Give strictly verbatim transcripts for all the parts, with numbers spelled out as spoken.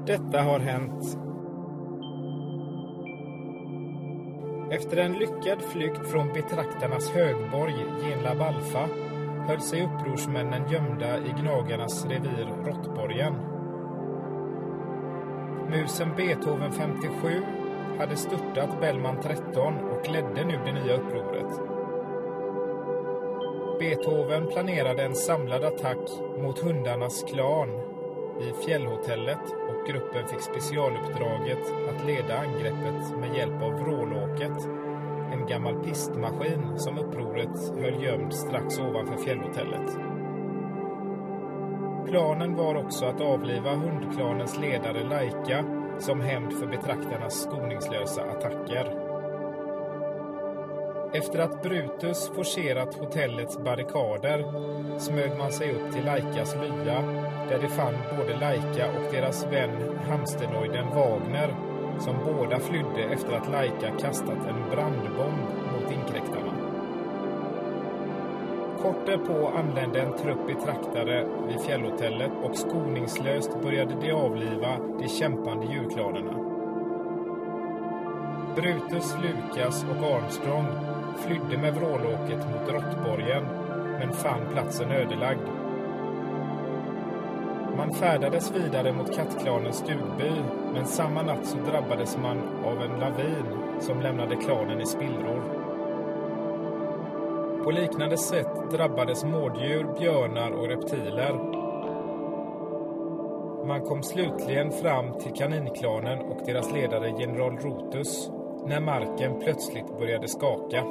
Detta har hänt. Efter en lyckad flykt från betraktarnas högborg Genlab Alfa höll sig upprorsmännen gömda i gnagarnas revir Råttborgen. Musen Beethoven femtiosju hade störtat Bellman tretton och ledde nu det nya upproret. Beethoven planerade en samlad attack mot hundarnas klan i Fjällhotellet och gruppen fick specialuppdraget att leda angreppet med hjälp av vrålåket, en gammal pistmaskin som upproret höll gömd strax ovanför Fjällhotellet. Planen var också att avliva hundklanens ledare Laika som hämnd för betraktarnas skoningslösa attacker. Efter att Brutus forcerat hotellets barrikader smög man sig upp till Laikas lya där de fann både Laika och deras vän hamsternoiden Wagner som båda flydde efter att Laika kastat en brandbomb mot inkräktarna. Kort därpå anlände en trupp betraktare vid Fjällhotellet och skoningslöst började de avliva de kämpande djurklanerna. Brutus, Lukas och Armstrong flydde med vrålåket mot Råttborgen men fann platsen ödelagd. Man färdades vidare mot kattklanens stugby men samma natt så drabbades man av en lavin som lämnade klanen i spillror. På liknande sätt drabbades mårddjur, björnar och reptiler. Man kom slutligen fram till kaninklanen och deras ledare general Rotus när marken plötsligt började skaka.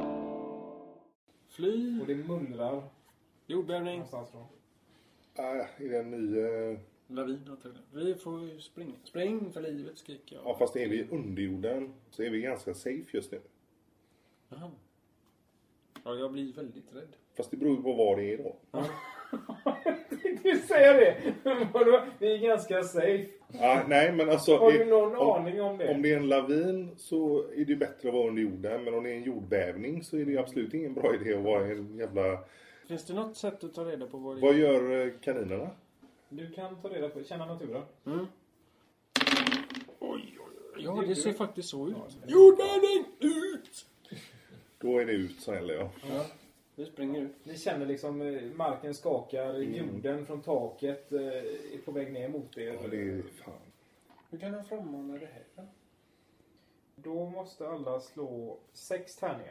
Fly. Och det mullrar. Jordbävning. Ah, är det en ny... Uh... Lavin. Vi får ju springa. Spring för livet, skriker jag. Ja, fast är vi under jorden så är vi ganska safe just nu. Jaha. Ja, jag blir väldigt rädd. Fast det beror på vad det är då. Ja. Du säger det. Vi är ganska safe. Ah, nej, men alltså... Har du är, någon om, aning om det? Om det är en lavin så är det bättre att vara under jorden. Men om det är en jordbävning så är det absolut ingen bra idé att vara en jävla... Finns det något sätt att ta reda på vad det är? Vad gör kaninerna? Du kan ta reda på, känna naturen. Mm. Oj, oj, oj. Ja, det ser faktiskt så ut. Ja, jordbävning! Ut! Då är det ut så heller, ja. Ja, vi springer ut. Ni känner liksom marken skakar, mm. jorden från taket är på väg ner mot er. Ja, det är fan. Hur kan jag frammana det här då? Då måste alla slå sex tärningar.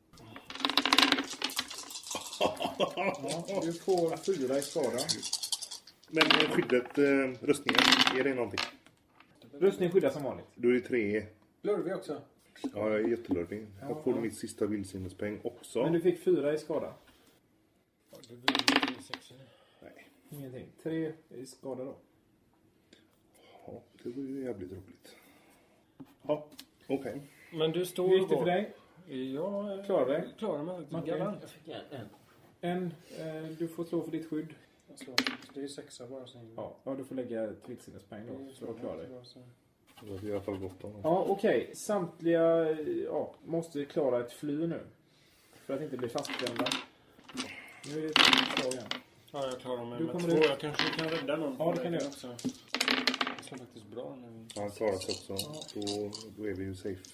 Ja, du får fyra i skada. Men skyddet, eh, rustningen, är det någonting? Rustning skyddas som vanligt. Då är det tre. Lurvig också. Ja, jag är jättelurvig. Ja, jag får ja. mitt sista vildsinnespeng också. Men du fick fyra i skada. Ja, det blir sex. Nej. Ingenting. Tre i skada då. Ja, det var ju jävligt roligt. Ja, okej. Okay. Men du står... Hur gick det för dig? Jag klarar dig. Klarar mig faktiskt. Galant. Jag fick en. En. Eh, du får slå för ditt skydd. Slå. Det är sexa bara. Så ja, ja, du får lägga ett vildsinnespeng då. Så du klarar dig. Det var i alla fall gott då. Ja, okej. Okay. Samtliga ja, måste klara ett fly nu. För att inte bli fastklämda. Nu är det ett slag igen. Ja, jag klarar mig du med två. Ut. Jag kanske kan rädda någon. Ja, det kan du göra. Också. Det är faktiskt bra nu. Ja, han klarar sig också. Ja. Då, då är vi ju safe.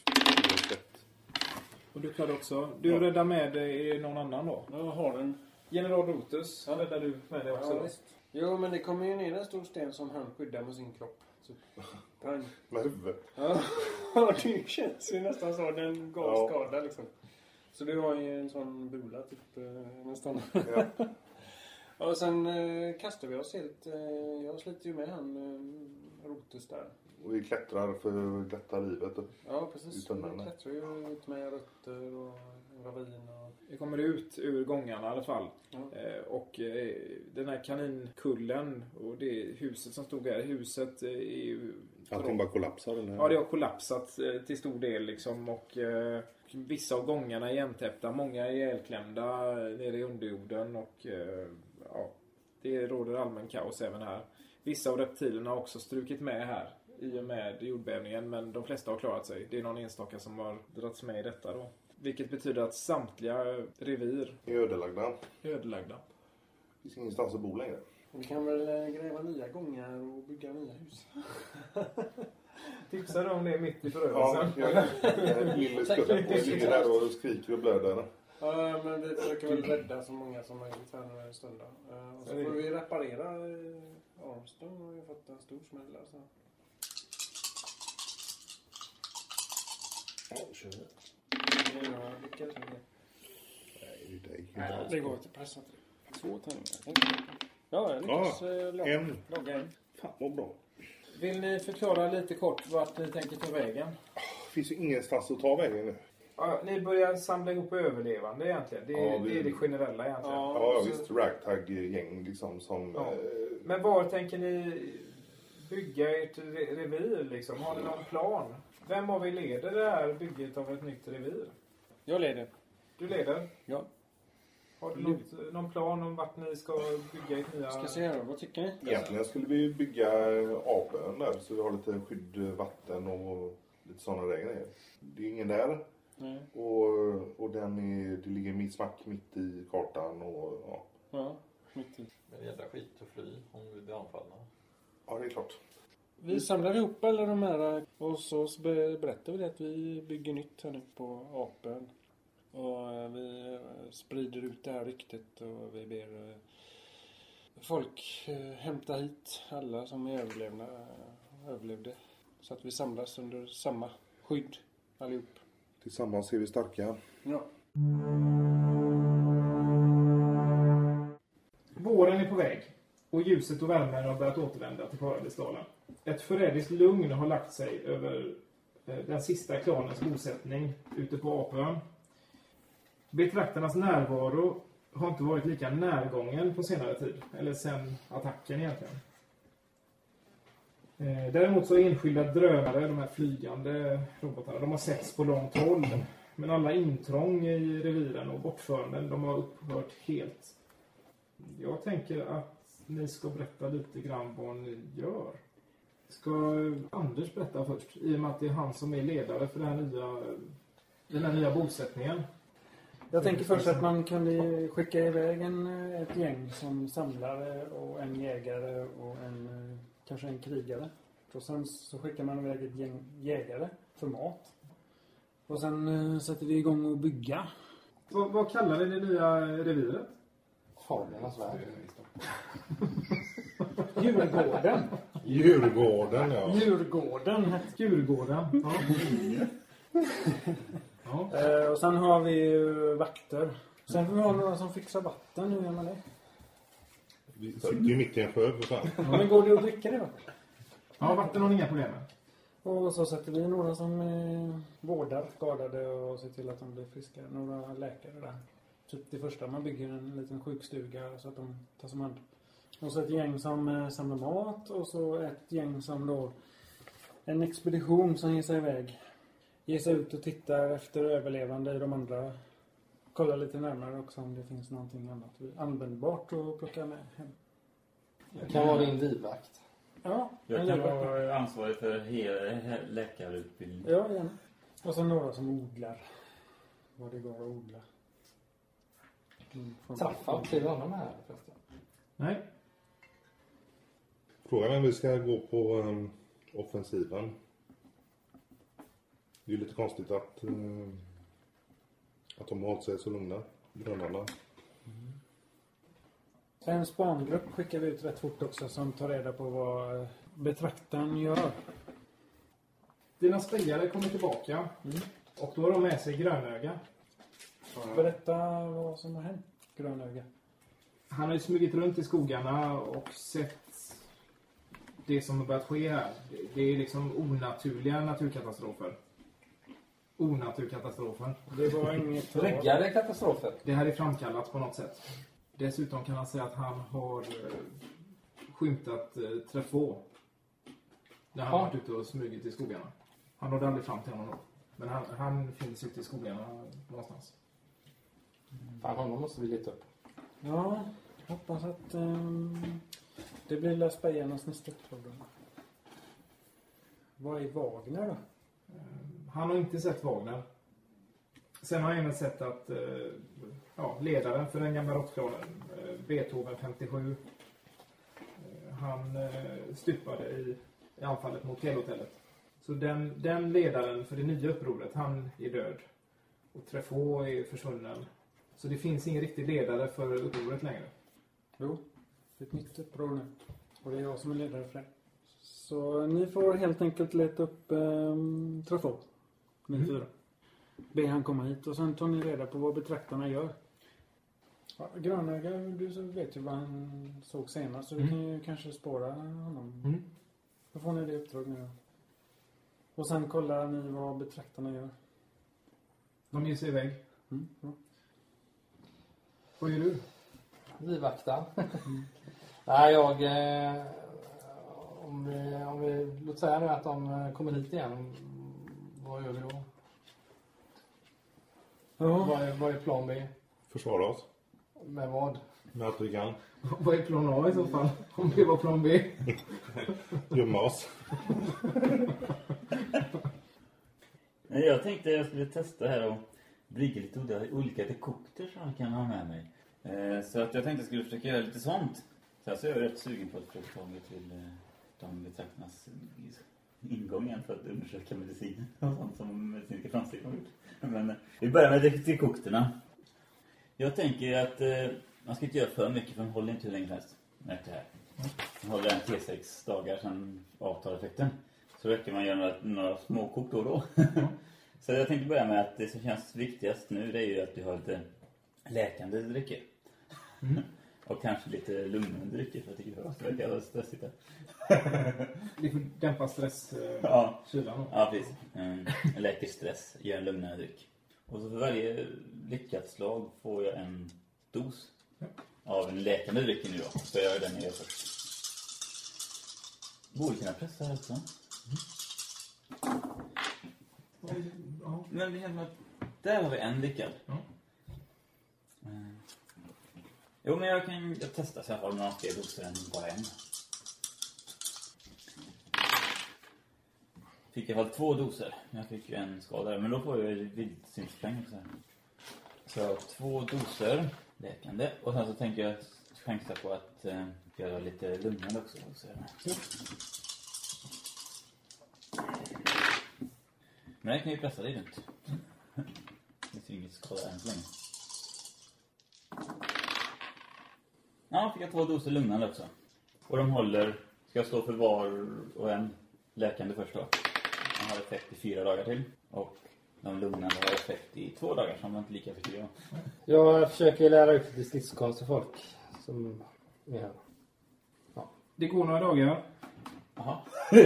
Och du klarar också. Du ja. Räddar med dig någon annan då? Jag har en. General Rotus. Ja. Räddar du med dig också? Ja, visst. Jo, men det kommer ju ner en stor sten som han skyddar med sin kropp. Så, pang. Med huvudet? Ja, det känns ju nästan så. Den gav ja. skada liksom. Så du har ju en sån bula typ nästan. Ja. Och sen eh, kastar vi oss helt. Eh, jag sliter ju med han eh, Rotus där. Och vi klättrar för att lätta livet. Ja, precis. Vi klättrar ju ut med rötter och ravin och... Vi kommer ut ur gångarna i alla fall. Ja. Eh, och eh, den här kaninkullen och det huset som stod där. Huset eh, är ju... Allting bara kollapsar. Den här. Ja, det har kollapsat eh, till stor del liksom. Och eh, vissa av gångarna är igentäppta. Många är ihjälklämda nere i underjorden. Och eh, ja, det råder allmän kaos även här. Vissa av reptilerna har också strukit med här i och med jordbävningen. Men de flesta har klarat sig. Det är någon enstaka som har dragits med i detta då. Vilket betyder att samtliga revir är ödelagda. ödelagda. Det finns ingenstans att bo längre. Vi kan väl gräva nya gångar och bygga nya hus. Tipsar du om det mitt i förövelsen? Ja, jag lille skuttet ligger där och skriker och blöder. Ja, men vi försöker väl rädda så många som möjligt här en stund. Och så får vi reparera Armstrong och vi har fått en stor smäll alltså. Ja, kör. Ja, lyckades med det. Nej, det gick inte Nej, alls. det går inte. Pressa till. Två tärningar. Ja, jag lyckas Ja, eh, logga en. logga en. Fan vad bra. Vill ni förklara lite kort vart ni tänker ta vägen? Det finns ju ingenstans att ta vägen nu. Ja, ni börjar samla ihop överlevande egentligen. Det, är- Ja, vi- det är det generella egentligen. Ja. Ja, ja så- visst. Ragtag-gäng liksom som... Ja. Eh, Men var tänker ni bygga ert re- revir liksom? Har ni någon plan? Vem av er leder det här bygget av ett nytt revir? Jag leder. Du leder? Ja. Har du något, någon plan om vart ni ska bygga ert nya... Ska se här, vad tycker ni? egentligen skulle vi bygga apön där så vi har lite skydd, vatten och lite sådana där grejer. Det är ingen där. Nej. Och, och den är, det ligger mitt smack mitt i kartan och ja. Ja, mitt i. Men det är jävla skit att fly om vi blir anfallna. Ja, det är klart. Vi samlar ihop alla de här och så be- berättar vi det att vi bygger nytt här nu på Apön. Och eh, vi eh, sprider ut det här ryktet och vi ber eh, folk eh, hämta hit alla som är överlevna, eh, överlevde. Så att vi samlas under samma skydd allihop. Tillsammans är vi starka. Ja. Våren är på väg och ljuset och värmen har börjat återvända till Paradisdalen. Ett förrädiskt lugn har lagt sig över eh, den sista klanens bosättning ute på Apön. Betraktarnas närvaro har inte varit lika närgången på senare tid, eller sen attacken egentligen. Eh, Däremot så är enskilda drönare, de här flygande robotarna, de har setts på långt håll. Men alla intrång i reviren och bortföranden, de har upphört helt. Jag tänker att ni ska berätta lite grann vad ni gör. Ska Anders berätta först, i och med att det är han som är ledare för den här nya, den här nya bosättningen. Jag tänker först att man kunde skicka iväg en, ett gäng som samlare och en jägare och en, kanske en krigare. Och sen så skickar man iväg ett gäng jägare för mat. Och sen uh, sätter vi igång och bygga. Vad, vad kallar ni det nya reviret? Fablernas värld. Djurgården. Djurgården, ja. Djurgården. Djurgården. Ja. Ja. Uh, och sen har vi ju vakter. Sen får vi ha några som fixar vatten. Hur gör man det? Vi sitter ju mitt i en sjö för fan. Ja, men går det att dricka det då? Ja, vatten har ni inga problem med. Och så sätter vi några som eh, vårdar skadade och ser till att de blir friska. Några läkare där. Typ det första, man bygger en liten sjukstuga så att de tas om hand. Och så ett gäng som eh, samlar mat och så ett gäng som då en expedition som ger sig iväg. Ger sig ut och tittar efter överlevande i de andra. Kollar lite närmare också om det finns någonting annat användbart att plocka med hem. Jag kan vara din livvakt. Ja, Jag en kan livvakt. vara ansvarig för hela läkarutbildningen. Ja, gärna. Och så några som odlar. Vad det går att odla. Mm, från- Träffa till honom här förresten. Nej. Frågan är om vi ska gå på um, offensiven. Det är ju lite konstigt att, um, att de har hållit sig så lugna, drönarna. Så en spangrupp skickar vi ut rätt fort också som tar reda på vad betraktaren gör. Dina spejare kommer tillbaka. Och då har de med sig grönöga. Berätta vad som har hänt, grönöga. Han har ju smugit runt i skogarna och sett det som har börjat ske här. Det är liksom onaturliga naturkatastrofer. Onaturkatastrofer. Det var inget tal. Riggade katastrofer. Det här är framkallat på något sätt. Dessutom kan han säga att han har eh, skymtat eh, Trefå. När han Ja. har varit ute och smugit i skogarna. Han nådde aldrig fram till honom då. Men han, han finns ute i skogarna någonstans. Fan, honom måste vi leta upp. Ja, hoppas att um, det blir La Spejarnas nästa uppdrag. Vad är Wagner då? Han har inte sett Wagner. Sen har jag även sett att eh, ja, ledaren för den gamla rockklanen, eh, Beethoven femtiosju, han eh, stupade i, i anfallet mot Telhotellet. Så den, den ledaren för det nya upproret, han är död. Och Trefort är försvunnen. Så det finns ingen riktig ledare för upproret längre. Jo, det är ett nytt uppror nu. Och det är jag som är ledare för det. Så ni får helt enkelt leta upp eh, Trefort. Ni Mm. fyra. Be han komma hit och sen tar ni reda på vad betraktarna gör. Ja, Grönöga, du så vet ju vad han såg senast. Så vi Mm. kan ju kanske spåra honom. Mm. Då får ni det uppdrag nu. Och sen kollar ni vad betraktarna gör. De ger sig iväg. Mm. Ja. Vad gör du? Livvakta. Mm. Nej, jag... Eh, om vi, om vi... Låt säga nu att de eh, kommer hit igen. Vad gör vi då? Ja. Vad är, vad är plan B? Försvara oss. Med vad? Med allt vi kan. Vad är plan A i så fall? Om det var plan B. Gömma oss. Nej, jag tänkte jag skulle testa här och brygga lite olika- olika dekokter som jag kan ha med mig. Eh, så att jag tänkte jag skulle försöka göra lite sånt. Så alltså, jag är rätt sugen på att försöka ta mig till eh, de betraktarnas ingången för att undersöka medicin och sånt som medicinska framsteg har gjort. Men eh, vi börjar med dek- dekokterna. Jag tänker att eh, man ska inte göra för mycket för man håller inte hur länge som helst med det här. Man håller en T sex dagar sedan avtaleffekten. Så räcker man göra några, några småkok då och då. Så jag tänkte börja med att det som känns viktigast nu det är ju att vi har lite läkande drycker. Mm. Och kanske lite lugnande drycker för att det verkar vara stressigt där. Det får dämpa stress. Eh, Ja. kylan. Ja, precis. En läker stress, gör en lugnare dryck. Och så för varje lyckat slag får jag en dos Ja. av en läkande dryck nu då. Så jag gör den ner först. Borde kunna pressa här också. Ja. Men det känns som att där har vi en lyckad. Ja. Mm. Jo, men jag kan jag testa så jag har några fler doser än bara en. Fick i alla fall två doser. Jag fick ju en skada där, men då får jag ju vildsynspeng också. Så jag har två doser läkande. Och sen så tänker jag chansa på att eh, göra lite lugnande också. Så. Ja. Men det kan ju pressa dig runt. Det finns ju inget skada än så länge. Ja, fick jag två doser lugnande också. Och de håller, ska jag stå för var och en läkande först då. De har effekt i fyra dagar till. Och de lugnande har effekt i två dagar, som var inte lika effektiva. Jag försöker lära ut lite stridskonst till folk som är här. Det går några dagar. Jaha.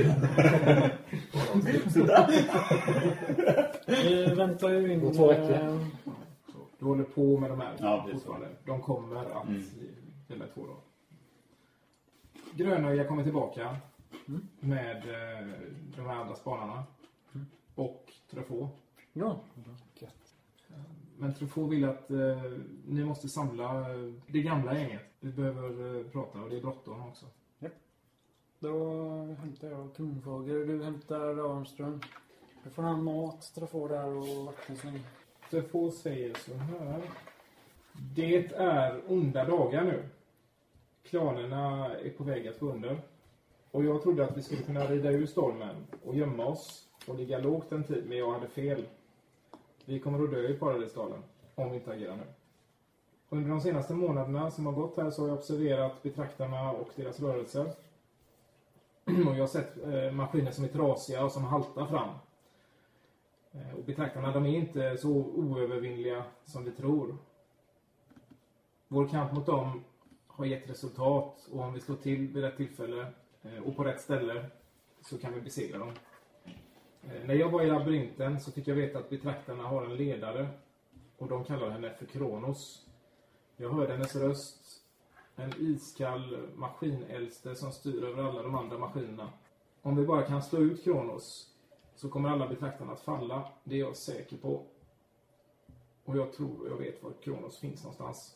Vi väntar ju in... Och två veckor. eh, Du håller på med de här Ja, precis. fortfarande. De kommer att Mm. det med två dagar. Grönöga kommer tillbaka Mm. med eh, de här andra spanarna. Mm. Och Trefort. Ja. Men Trefort vill att eh, ni måste samla eh, det gamla gänget. Vi behöver eh, prata och det är bråttom också. Då hämtar jag Kronfågel. Du hämtar Armström. Du får han mat, Trefort där och vattensläng. Trefort säger så här. Det är onda dagar nu. Klanerna är på väg att gå under. Och jag trodde att vi skulle kunna rida ur stormen och gömma oss och ligga lågt en tid, men jag hade fel. Vi kommer att dö i Paradisdalen om vi inte agerar nu. Under de senaste månaderna som har gått här så har jag observerat betraktarna och deras rörelser. Och jag har sett eh, maskiner som är trasiga och som haltar fram. Eh, och betraktarna, de är inte så oövervinnliga som vi tror. Vår kamp mot dem har gett resultat, och om vi slår till vid rätt tillfälle eh, och på rätt ställe så kan vi besegra dem. Eh, när jag var i labyrinten så fick jag veta att betraktarna har en ledare, och de kallar henne för Kronos. Jag hörde hennes röst, en iskall maskinälster som styr över alla de andra maskinerna. Om vi bara kan slå ut Kronos så kommer alla betraktarna att falla, det är jag säker på. Och jag tror och jag vet var Kronos finns någonstans.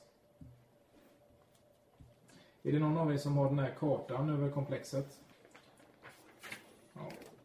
Är det någon av er som har den här kartan över komplexet? Ja.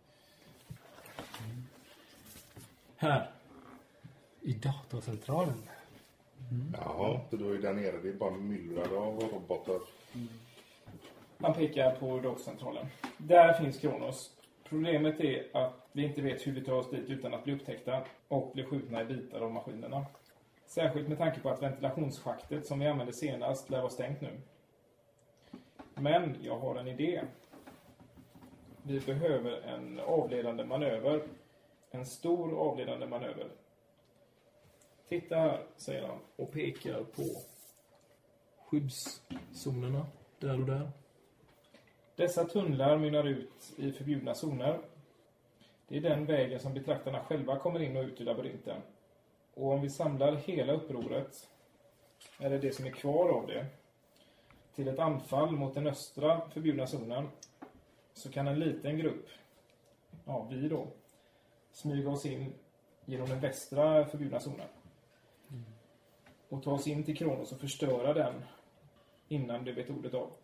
Här. I datorcentralen. Jaha, så då är där nere. Det är bara myllrade av robotar. Han pekar på dockcentralen. Där finns Kronos. Problemet är att vi inte vet hur vi tar oss dit utan att bli upptäckta och bli skjutna i bitar av maskinerna. Särskilt med tanke på att ventilationsschaktet som vi använde senast lär vara stängt nu. Men jag har en idé. Vi behöver en avledande manöver. En stor avledande manöver. Titta här, säger han och pekar på skyddszonerna där och där. Dessa tunnlar mynnar ut i förbjudna zoner. Det är den vägen som betraktarna själva kommer in och ut i labyrinten. Och om vi samlar hela upproret, eller det som är kvar av det, till ett anfall mot den östra förbjudna zonen, så kan en liten grupp, ja vi då, smyga oss in genom den västra förbjudna zonen. Och ta oss in till Kronos och förstöra den innan det vet ordet av.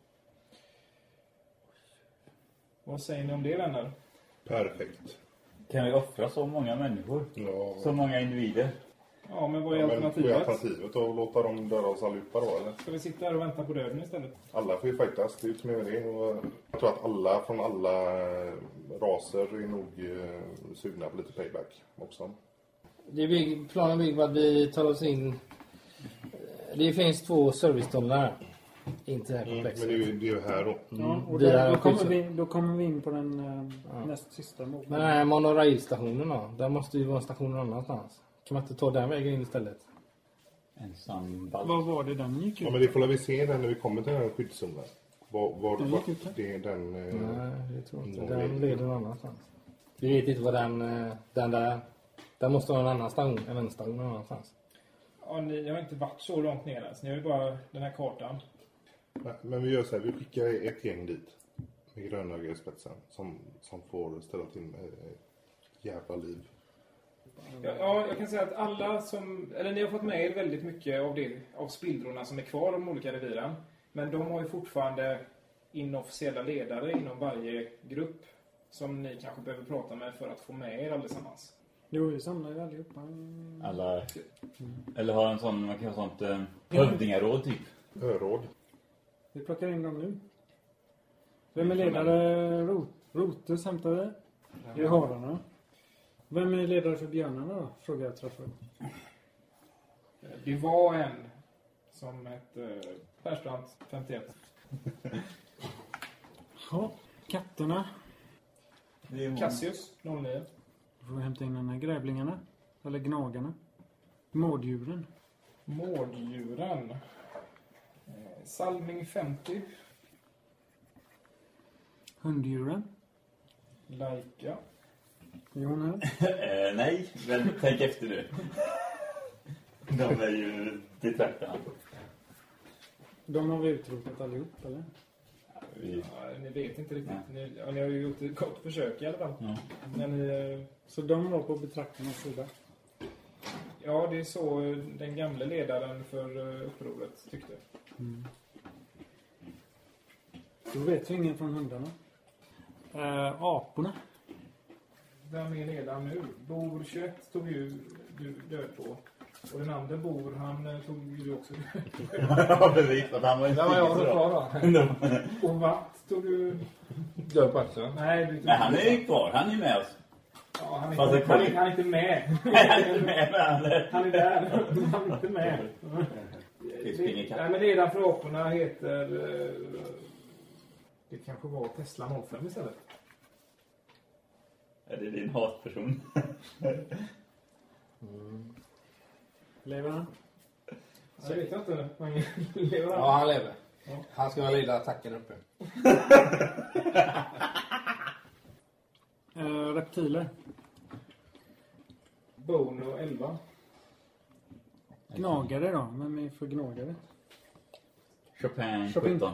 Vad säger ni om det, vänner? Perfekt. Kan vi offra så många människor? Ja. Så många individer? Ja, men vad är Ja, men alternativet? vad är alternativet? Att låta dem döda oss allihopa då, eller? Ska vi sitta här och vänta på döden istället? Alla får ju fightas, det är ju som är det. Och jag tror att alla från alla raser är nog eh, sugna på lite payback också. Det är bygg, planen bygger på att vi tar oss in. Det finns två servicetunnlar in till det här Mm, komplexet. men det är ju, det är ju här då. Ja, och Via där, då, kommer skyddszonen. vi, då kommer vi in på den eh, Ja. näst sista målet. Men den här monorailstationen då? Där måste ju vara en station någon annanstans. Kan man inte ta den vägen in istället? Ensam ball. Vad var det den gick ut? Ja, men det får vi se där när vi kommer till den här skyddszonen. Var, var, Den var, gick ut här? det är den... Eh, Nej, jag tror inte. någon Den väg. leder någon annanstans. Vi vet inte vad den, eh, den där... Där måste vara en annan station, en vänsterstation någon annanstans. Ja, ni har inte varit så långt ner ens. Ni har ju bara den här kartan. Nej, men vi gör så här, vi skickar ett gäng dit. Med grönöga i spetsen. Som, som får ställa till med eh, jävla liv. Ja, ja, jag kan säga att alla som... Eller ni har fått med er väldigt mycket av det, av spillrorna som är kvar av de olika reviren. Men de har ju fortfarande inofficiella ledare inom varje grupp. Som ni kanske behöver prata med för att få med er allesammans. Jo, vi samlar ju allihopa. Alla... Eller har en sån, man kan ha sånt eh, hövdingaråd typ. Öråd. Vi plockar in dem nu. Vem är ledare? Rot, Rotus hämtar vi. Det är hararna. Vem är ledare för björnarna då? Frågar jag träffar. Det var en som hette Persbrandt femtioett. Ja, katterna. Cassius noll nio. Då får vi hämta in den här grävlingarna. Eller gnagarna. Mårddjuren. Mårddjuren. Eh, Salming femtio. Hunddjuren. Laika. Är hon här? eh, nej, men tänk efter nu. De är ju detraktarna. De har vi utrotat allihop, eller? Vi... Ja, ni vet inte riktigt. Ni, ja, ni har ju gjort ett gott försök i alla fall. Ja. Men ni, eh, Så de var på betraktarnas sida. ja, det är så eh, den gamla ledaren för eh, upproret tyckte. Mm. Då vet vi ingen från hundarna. Äh, aporna. Vem är ledaren nu? Bor tjugoett tog ju du död på. Och den andra Bor, han eh, tog ju du också död på. Ja, precis. Att han var inte Där var jag så kvar bra. då. Och Watt tog du... Dör på axeln. Nej, du tog Nej, han är ju kvar. Han är med oss. Ja, han, är Fast det inte, han, är, kommer- han är inte med. Han är med, men han är... Han är där. Han är inte med. springer ikapp. Nej, men ledaren för aporna heter... eh, Det kanske var Tesla noll fem istället. Är det din hatperson? Lever han? Så vet jag inte. Man lever han? Ja, han lever. Ja. Han ska leda attacken uppe. Äh, reptiler. Bono elva. Gnagare då? Vem är för gnagare? Chopin Chopin. sjutton.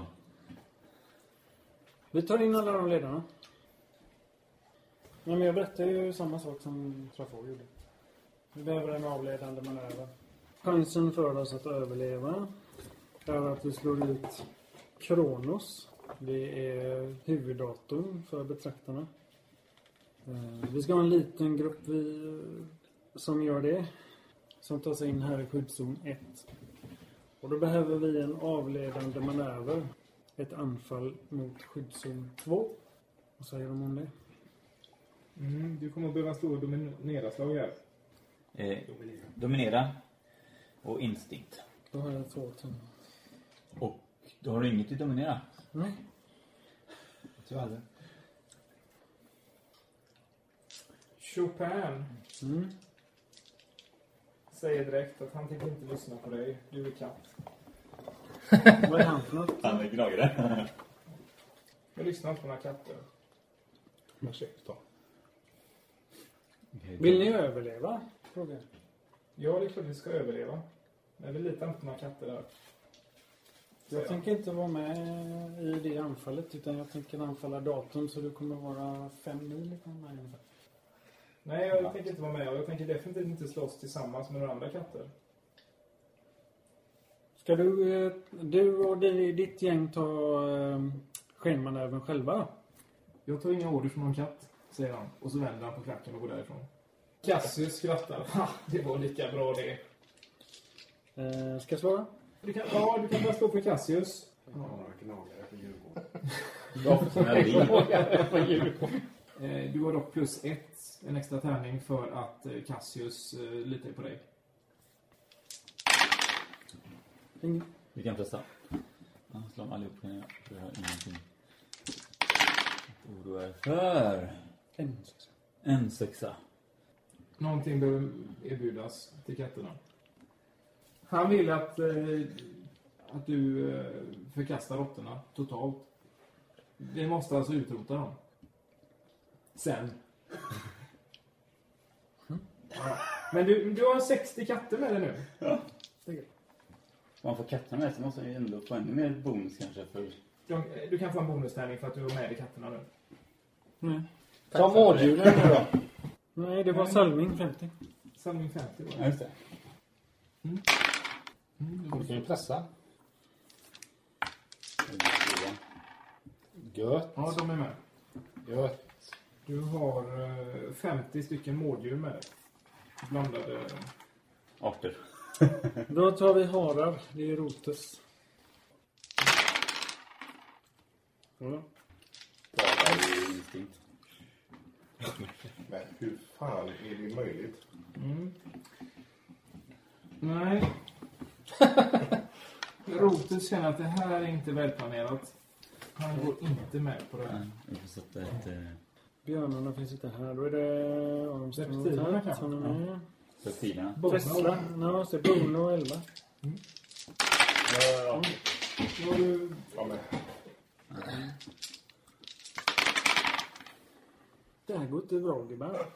Vi tar in alla de ledarna. Ja, men jag berättar ju samma sak som Trafo gjorde. Vi behöver en avledande manöver. Chansen för oss att överleva är att vi slår ut Kronos. Det är huvuddatorn för betraktarna. Eh, Vi ska ha en liten grupp vi, som gör det. Som tar sig in här i skyddszon ett. Och då behöver vi en avledande manöver. ett anfall mot skyddszon två. Vad säger de om det? Mm, du kommer att behöva stå och dominera slag här. Eh, dominera. Och instinkt. Då har jag två till. Och då har du inget att dominera? Nej. Tyvärr. Chopin Mm. säger direkt att han tänker inte lyssna på dig. Du är katt. Vad är han för något? Han är gnagare. Jag lyssnar inte på några katter. Ursäkta. Vill ni överleva? Frågar. Ja, det är klart vi ska överleva. Men vi litar inte på några katter där. Jag tänker inte vara med i det anfallet, utan jag tänker anfalla datorn, så du kommer vara fem mil ifrån mig ungefär. Nej, jag tänker inte vara med. Och jag tänker definitivt inte slåss tillsammans med några andra katter. Ska du, eh, du och ditt gäng ta eh, skenmanövern själva då? Jag tar inga order från någon katt, säger han. Och så vänder han på klacken och går därifrån. Cassius skrattar. Ha, det var lika bra det. Eh, ska jag svara? Du kan, ja, du kan bara stå för Cassius. Ja, några gnagare på Djurgården. Ja, för såna liv. Eh, Du har dock plus ett, en extra tärning för att eh, Cassius eh, litar på dig. Ingen. Vi kan pressa. Ja, slå dem allihop. Du har ingenting att oroa er för. En sexa. En sexa. Någonting behöver erbjudas till katterna. Han vill att, eh, att du eh, förkastar råttorna totalt. Vi måste alltså utrota dem. Sen. Ja. Men du, du har sextio katter med dig nu. Ja. Om man får katterna med så måste man ju ändå få ännu mer bonus kanske. För... De, du kan få en bonustärning för att du har med dig katterna nu. Nej. Ta mårdjuren nu då. Nej, det var salming femtio. Salming femtio var Ja, det. just det. Mm. Du kan ju pressa. Mm. Gött. Ja, de är med. Gött. Du har eh, femtio stycken mårddjur med dig. Blandade. Arter. Då tar vi harar. Det är Rotes. Ja. Bara i instinkt. Men hur fan är det möjligt? Mm. Nej. Rotes känner att det här är inte välplanerat. Han går inte med på det här. Ja, jag får sätta ett... Eh, Björnarna finns inte här. Då är det Armstrong och Reptilerna Tatt som är med. reptilerna. Tesla. Ja, så är Bono och elva. Ja, Då har du Ja, men Det här går inte bra, gubbar.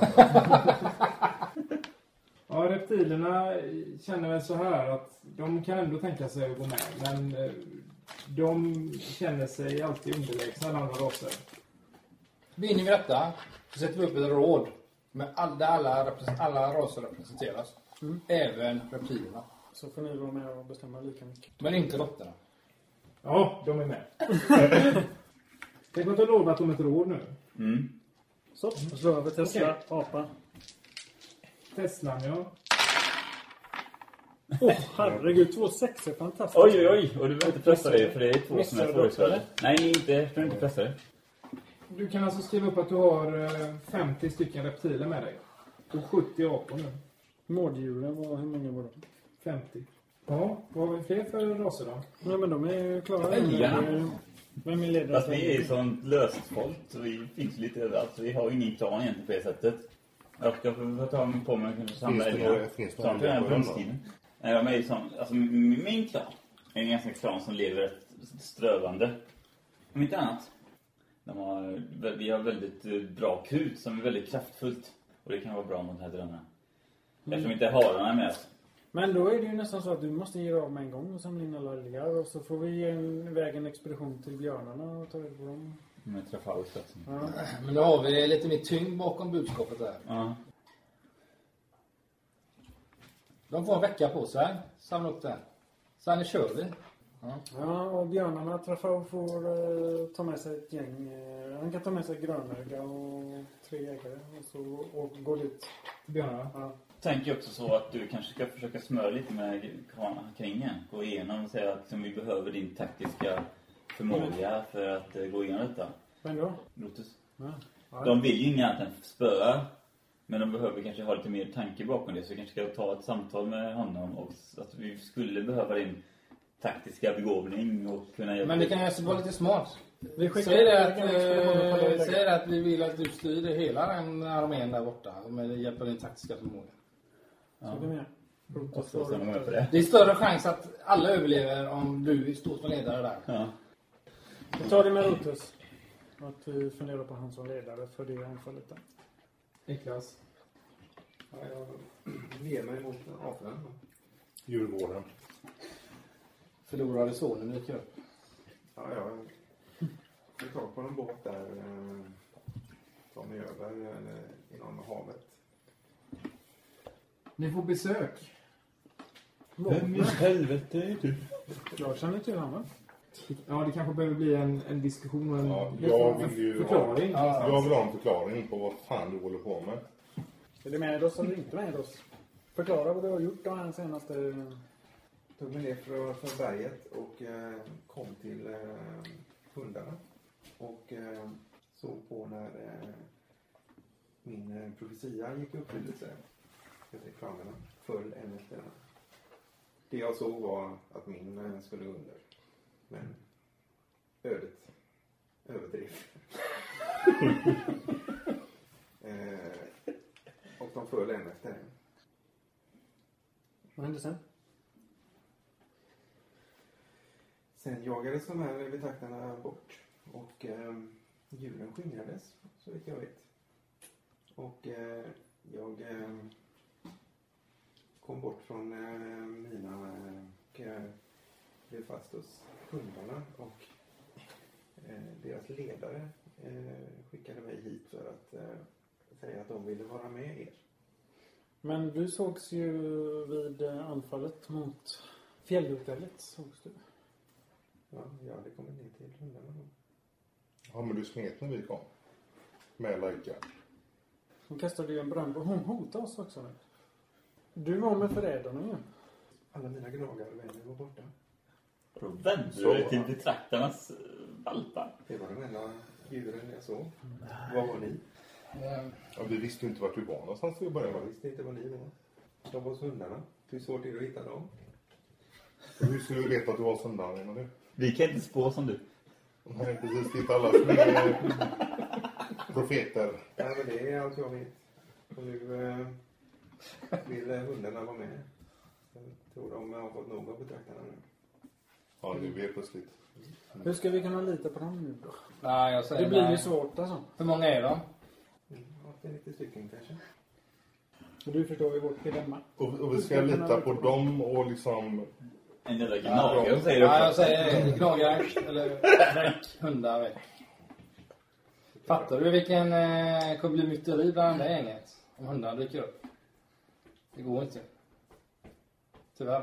Ja, reptilerna känner väl så här att de kan ändå tänka sig att gå med. Men eh, de känner sig alltid underlägsna alla andra raser. Vinner vi detta så sätter vi upp ett råd med all, där alla, represen- alla raser representeras. Mm. Även reptilerna. Så får ni vara med och bestämma lika mycket. Men inte råttorna. Ja, de är med. Tänk att du har lovat om ett råd nu. Mm. Så, och slår över Tesla, apa. Teslan, ja. Åh, oh, herregud, två sexor, fantastiskt. Oj, oj, oj. Och du behöver inte pressa dig för det är två Missar som är du svårighetsgrader. eller? Nej, inte. Jag tror inte pressa dig. Du kan alltså skriva upp att du har eh, femtio stycken reptiler med dig. Och sjuttio apor nu. Mårddjuren, var, hur många var de? femtio. Ja, vad har vi fler för raser då? Nej, men de är ju klara. Älgarna. Vem är ledare? Fast vi är ju sånt löst folk så vi finns lite överallt. Så vi har ingen plan egentligen på det sättet. Jag ska få ta mig på mig och kanske samla Finns det älgarna. några- finns det Samla några den på den då? brunstiden. Nej, de är ju sån, alltså m- min klan är en ganska klan som lever ett strövande. Om inte annat. De har, vi har väldigt eh, bra krut som är väldigt kraftfullt. Och det kan vara bra mot den här drönarna. Eftersom inte hararna är med oss. Men då är det ju nästan så att du måste ge av med en gång och samla in alla älgar. Och så får vi ge en, iväg en expedition till björnarna och ta reda på dem. Med Trafaus-platsen. Ja. Men då har vi lite mer tyngd bakom budskapet där. Ja. De får en vecka på sig. Samla upp det här. Sen kör vi. Ja, och björnarna Trafau får uh, ta med sig ett gäng. Uh, han kan ta med sig grönöga och tre jägare. Och, så, och gå dit. Till björnarna? Ja. Tänker också så att du kanske ska försöka smöra lite med kranen kring en. Gå igenom och säga att liksom, vi behöver din taktiska förmåga för att eh, gå igenom detta. Vem då? Lotus. Ja. Ja. De vill ju inget annat än spöa. Men de behöver kanske ha lite mer tanke bakom det. Så vi kanske ska ta ett samtal med honom. Och att vi skulle behöva din taktiska begåvning och kunna göra. Men det kan ju vara lite smart. Vi skickar Säg det att, eh, äh, säg det att vi vill att du styr hela den armén där borta. Med hjälp av din taktiska förmåga. Ja. Så kan vi göra. Och så ska de med på det. Det är större chans att alla överlever om du står som ledare där. Ja. Vi tar det med Rotus. Att vi funderar på han som ledare för det anfallet där. Niklas. Ja, jag ger mig mot Afren. Djurgården. Förlorade sonen dyker upp. Ja, jag får tag på en båt där. Eh, tar mig över eller inom havet. Ni får besök. Vem i helvete är du? Jag känner till honom. Ja, det kanske behöver bli en, en diskussion och en Ja, jag vill ju förklaring. ha, jag vill ha en förklaring på vad fan du håller på med. Är du med oss eller inte med oss? Förklara vad du har gjort de här senaste... Tog mig ner för, för berget och eh, kom till eh, hundarna. Och eh, såg på när eh, min eh, profetia gick i uppfyllelse. Reklamerna föll en efter en. Det jag såg var att min eh, skulle gå under. Men ödet överdrev. eh, och de föll en efter en. Vad hände sen? Sen jagades de här betraktarna bort. Och eh, djuren skingrades, så vitt jag vet. Och eh, jag eh, kom bort från eh, mina eh, och eh, blev fast hos hundarna. Och eh, deras ledare eh, skickade mig hit för att eh, säga att de ville vara med er. Men du sågs ju vid eh, anfallet mot fjällhotellet, sågs du? Ja, jag hade kommit ner till hundarna. Ja, men du smet när vi kom. Med Laika. Hon kastade ju en brand och hon hotade oss också. Du var med förrädarna ju. Alla mina gnagarvänner var borta. Då vände du dig till betraktarnas valpar. Det var de enda djuren jag såg. Vad var ni? Ja, vi visste ju inte vart du var någonstans till att börja Jag med. visste inte vad ni var. De var hos hundarna. Hur svårt är det att hitta dem? Hur skulle du veta att du var söndagen, menar du? Vi kan inte spå som du. Nej, precis. Titta alla som är profeter. Nej, men det är allt jag vet. Och nu eh, vill eh, hundarna vara med. Jag tror de har fått nog av betraktarna nu. Ja, det blir plötsligt. Hur ska vi kunna lita på dem nu då? Nej, jag säger Det blir nej. ju svårt alltså. Hur många är de? Mm, åttio stycken kanske. Och du förstår ju vårt dilemma. Och, och vi ska lita på dem och liksom... En jävla gnagare säger du. Ja, jag säger gnagare eller väck, hundar väck. Fattar du vilken eh, kommer bli myteri bland det gänget? Om hundarna dyker upp. Det går inte. Tyvärr.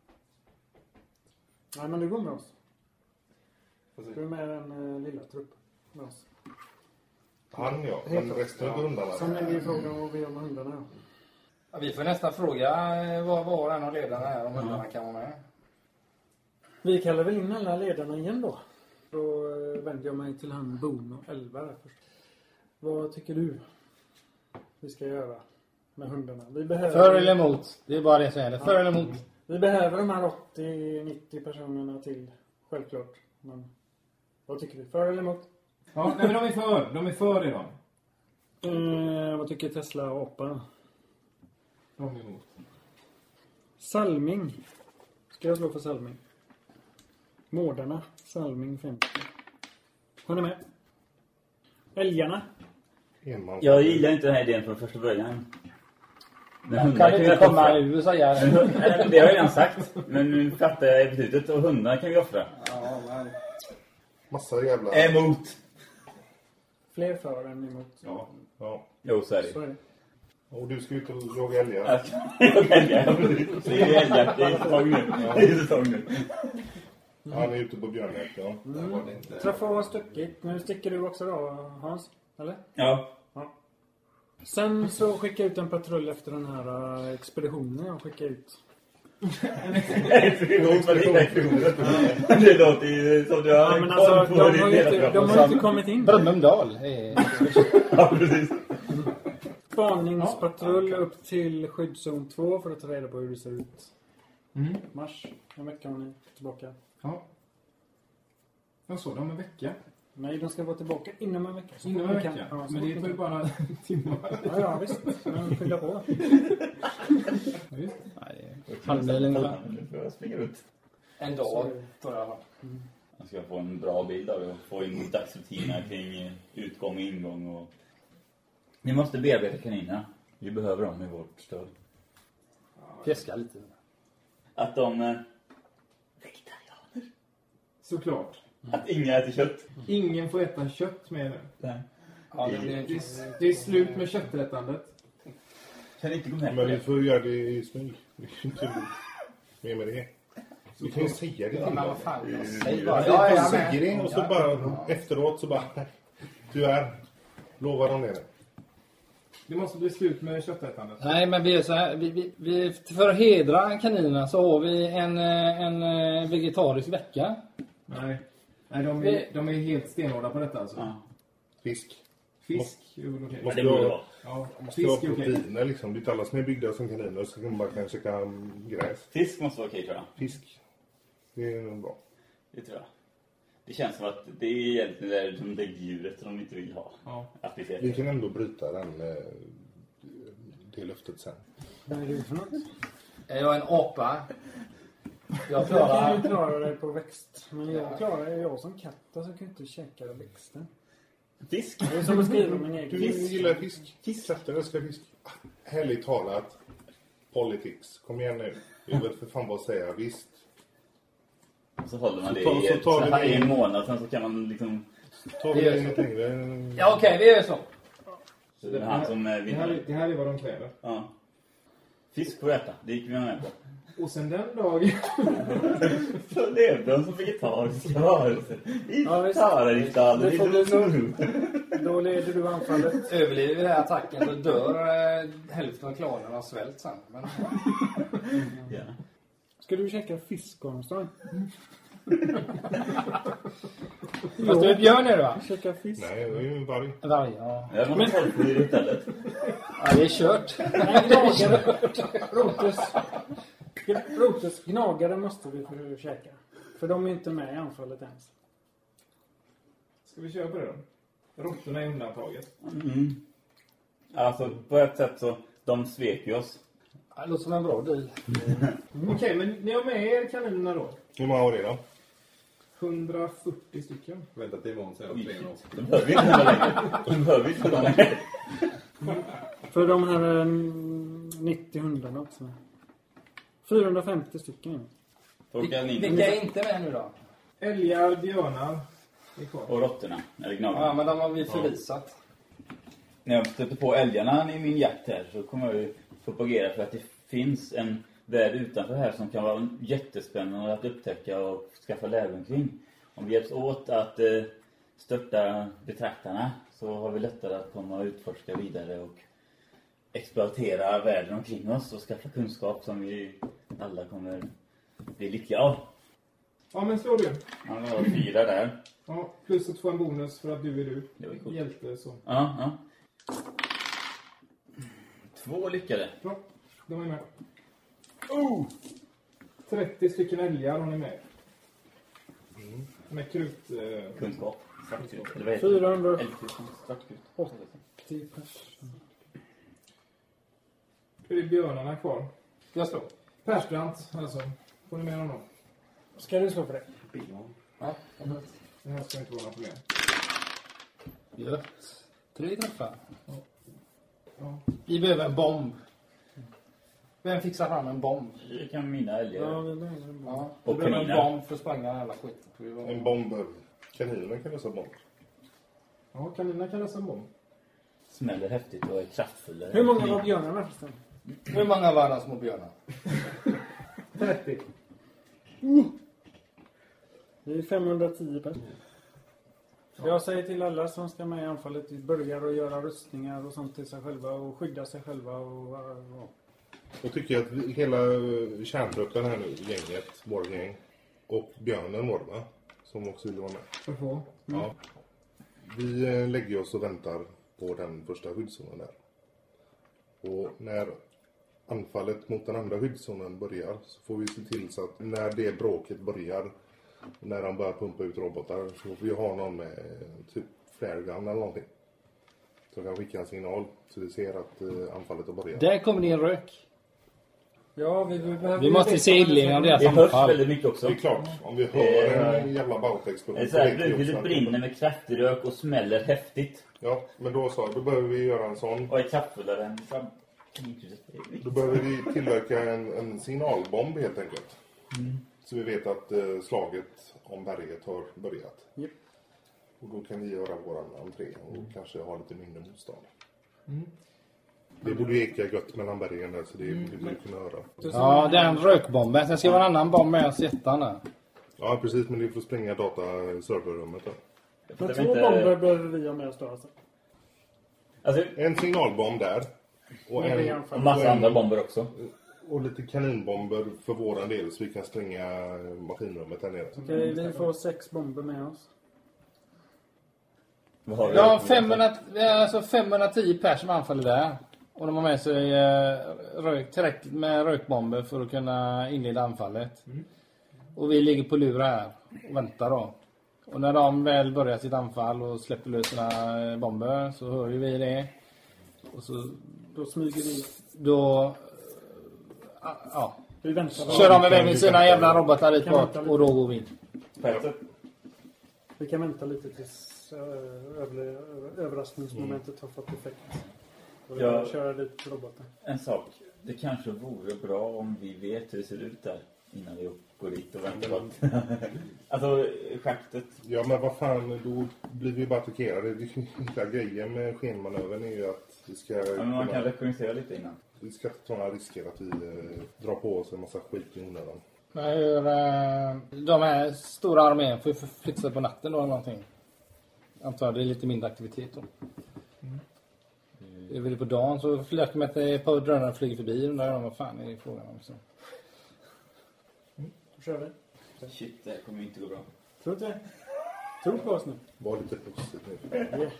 Nej, men du går med oss. Får se. Du är med den eh, lilla trupp med oss. Han, ja. Men resten av hundarna... Sen är det ju frågan vad vi gör med hundarna. Ja, vi får nästan fråga eh, vad var en av ledarna är om hundarna kan vara med. Vi kallar väl in alla ledarna igen då. Då eh, vänder jag mig till han Boom och Elva där först. Vad tycker du vi ska göra med hundarna? Vi behöver... För eller emot? Det är bara det som gäller. För eller emot? Vi behöver de här åttio nittio personerna till. Självklart. Men vad tycker du? För eller emot? Ja, nej, men de är för. De är för redan. Eh, vad tycker Tesla och Apa? De är emot. Salming. Ska jag slå för Salming? Mårdarna. Salming femtio. Hon är med. Älgarna. Enmans... Jag gillar inte den här idén från första början. Men hundar Kan kan du vi inte komma offra. nu och säga Men hund- nej, men det har jag redan sagt. Men nu fattar jag beslutet. Och hundar kan vi offra. Ja, men... Massa jävla... Emot. Fler för än emot. Ja. Ja. Jo, så är det. Så är det. Och du ska ut och jaga älgar. Jag älgar. Det är älgar. Det är säsong nu. Det är säsong nu. Han är ute på björnjakt, ja. Där var det inte... Träffa har stuckit. Nu sticker du också då, Hans. Eller? Ja. Sen så skickar jag ut en patrull efter den här uh, expeditionen jag skickar ut. Det låter ju som du har Ja, men alltså, koll på de det har ju hela inte, tiden. de har inte kommit in. Brömmendal är... Ja, precis. Spaningspatrull upp till skyddszon två för att ta reda på hur det ser ut. Mm. Mars, en vecka har ni tillbaka. Ja. Jag såg dem en vecka. Nej, de ska vara tillbaka inom en vecka. Så Inom fort en ni kan. vecka. Ja, så Men fort det ni tar ju kan. bara timmar. Ja, ja, visst. Men skynda på. Halvmil ungefär. Nu får jag springa ut. En dag, tror jag. Jag ska få en bra bild av det och få in dagsrutinerna kring utgång och ingång. Och... Ni måste bearbeta kaninerna. Vi behöver dem i vårt stöd. Fjäska lite. Att de... Eh, vegetarianer. Såklart. Att inga äter kött. Ingen får äta kött med nu. Nej. Ja, det Det blir är, det är slut med köttätandet. Kan inte gå med på Men vi det. får göra det i smyg. Vi kan inte mer med det. Vi kan ju säga det till Ja, men dem. vad fan, jag säger Ja, bara. ja, Ja, ja, ja, säger det och så bara efteråt så bara tyvärr lovar de det. Det måste bli slut med köttätandet. Nej, men vi är så här. Vi, vi, vi, för att hedra kaninerna så har vi en, eh, en eh, vegetarisk vecka. Nej. Nej, de är, de är helt stenhårda på detta alltså. Ja. Fisk. Fisk är väl okej. Måste Det borde vara- vara. Ja, Måste vara fisk är okej. proteiner liksom. Det är inte alla som är byggda som kaniner så kan man bara kanske kan gräs. Fisk måste vara okej, tror jag. Fisk. Det är nog bra. Det tror jag. Det känns som att det är egentligen det, de det djuret som de inte vill ha. Ja. Att vi ser Vi det. kan ändå bryta den eh, det löftet sen. Vad är det för något? Är jag en apa? Jag Jag kan ju klarar... klara dig på växt. Men jag klarar jag som katt. Alltså kan inte käka växten. Fisk? Det är som att skriva min egen. Du gillar fisk? Fisk. Katter älskar fisk. Ah, härligt talat. Politics. Kom igen nu. Jag vet för fan vad säga. Visst. Så håller man Så det tar- i, så ett, tar så vi här det i in. en månad. Sen så kan man liksom... Tar Det vi är inget längre. Ja, okej, vi gör så. Så det är han som eh, Det här, vinner. är- det här är vad de kräver. Ja. Fisk får äta. Det gick vi med på. Och sen den dagen... Så levde de som vegetariska varelser. I Ja, visst. paradistaden. Det får bli så. Då leder du anfallet. Överlever vi den här attacken så dör eh, hälften av klanerna av svält sen. Men... Ja. Ska du käka fisk, Armstrong? Fast du är björn nu va? Käka fisk? Nej, det är ju en varg. Varg, ja. Jag måste hålla på det istället. Ja, det är kört. Nej, gnagare. Rotes. Rotes. Gnagare måste vi få käka. För de är inte med i anfallet ens. Ska vi köra på det då? Råttorna är undantaget. Mm. Alltså på ett sätt så, de svek ju oss. Ja, det låter som en bra deal. Okej, men ni har med er kaninerna då? Hur många har det då? hundrafyrtio stycken. Vänta till Måns säger tre noll. De behöver vi inte hålla längre. De behöver vi inte hålla längre. För de här eh, nittio hundarna också. fyrahundrafemtio stycken. Torkar ni Vilka är inte med nu då? Älgar, björnar. Det är kvar. och råttorna, eller Ja, gnagarna. men de har vi förvisat. När jag stöter på älgarna i min jakt här så kommer jag ju propagera för att det finns en värld utanför här som kan vara jättespännande att upptäcka och skaffa lärdom kring. Om vi hjälps åt att eh, stötta betraktarna så har vi lättare att komma och utforska vidare och exploatera världen omkring oss och skaffa kunskap som vi alla kommer bli lyckliga av. Ja, men slår du. Ja, det var fyra där. Ja, plus att få en bonus för att du är du. Det var ju coolt. Hjälte så. Ja, ja. Två lyckade. Bra, de är med. Oh! trettio stycken älgar har ni med. Mm. Med krut... Eh, Kunskap. Svartkrut. Eller vad heter det? fyrahundraåttio Älgkrut. Svartkrut. personer. hur är björnarna kvar? Jag slår. Persbrandt, alltså. Får ni med honom? Ska du slå för det? Ja, Det här ska inte vara några problem. gött. Tre träffar. Ja. Vi behöver en bomb. Vem fixar fram en bomb? Det kan mina älgar. Ja, vi behöver en bomb. Ja, Och vi behöver en kaniner. bomb för att spränga den jävla skiten. Vi behöver- En bomb. Kaninerna kan lösa bomb. Ja, kaninerna kan läsa bomb. Smäller häftigt och är kraftfullare. Hur många var björnarna förresten? Hur många var de små björnar? trettio. Det är femhundratio per. Jag säger till alla som ska med i anfallet, vi börjar att göra rustningar och sånt till sig själva och skydda sig själva och, och Jag tycker att vi, hela kärntruppen här nu, gänget, vår gäng, och Björnen var det, va? Som också ville vara med. Varför? Mm. Ja. Vi eh, lägger oss och väntar på den första skyddszonen där. Och när anfallet mot den andra skyddszonen börjar så får vi se till så att när det bråket börjar, när de börjar pumpa ut robotar, så får vi ha någon med eh, typ flare gun eller någonting. Så kan skicka en signal så vi ser att eh, anfallet har börjat. Där kommer det en rök. Ja, vi, vi, behöver Vi måste se inledningen av deras Det hörs anfall. väldigt mycket också. Det är klart, om vi hör Eh, en jävla bautexplosion. Det är så här, brukligt brinner med kraftig rök och smäller häftigt. Ja, men då så, då behöver vi göra en sån. Och är kraftfullare än fram. Då behöver vi tillverka en, en signalbomb helt enkelt. Mm. Så vi vet att eh, slaget om berget har börjat. Yep. Och då kan vi göra våran entré och mm. kanske ha lite mindre motstånd. Mm. Det borde ju eka gött mellan bergen där, så det Mm. borde vi kunna höra. Ja, den rökbomben. Sen ska vara en annan bomb med oss jättan där. Ja, precis, men det är för att spränga dataserverrummet där. Men två bomber behöver vi ha med oss då alltså. Alltså, En signalbomb där. Och, Men det är en, anfall. och massa och en- andra bomber också. och lite kaninbomber för våran del så vi kan spränga maskinrummet här nere. Okej, vi får sex bomber med oss. Vad har vi? Ja, femhundra, alltså femhundratio pers som anfaller där. Och de har med sig eh, rök, tillräckligt med rökbomber för att kunna inleda anfallet. Mm. Och vi ligger på lur här och väntar då. Och när de väl börjar sitt anfall och släpper lös sina eh, bomber så hör ju vi det. Och så Då smyger vi. då... eh, Ja. Vi väntar. Kör de iväg med sina jävla robotar dit Kan bort vänta lite. och då går vi in. På ett sätt. Vi kan vänta lite tills uh, över, överraskningsmomentet har fått effekt. Och Ja. köra dit roboten. En sak. Det kanske vore bra om vi vet hur det ser ut där innan vi går dit och väntar på att... Alltså, schaktet. Ja, men vad fan, då blir vi bara attackerade. Det hela grejen med skenmanövern är ju att vi ska, Ja, men man kunna- kan rekognosera lite innan. vi ska ta några risker att vi eh, drar på oss en massa skit i onödan. Men hur, eh, de här stora armén får ju förflytta sig på natten då eller någonting. Antar det är lite mindre aktivitet då. Är vi på dagen så flyger med att ett par drönare flyger förbi och undrar vad fan är det frågan om. Så. Då kör vi. Shit, det här kommer ju inte gå bra. Tror du inte? Tro på oss nu. Var lite positivt nu.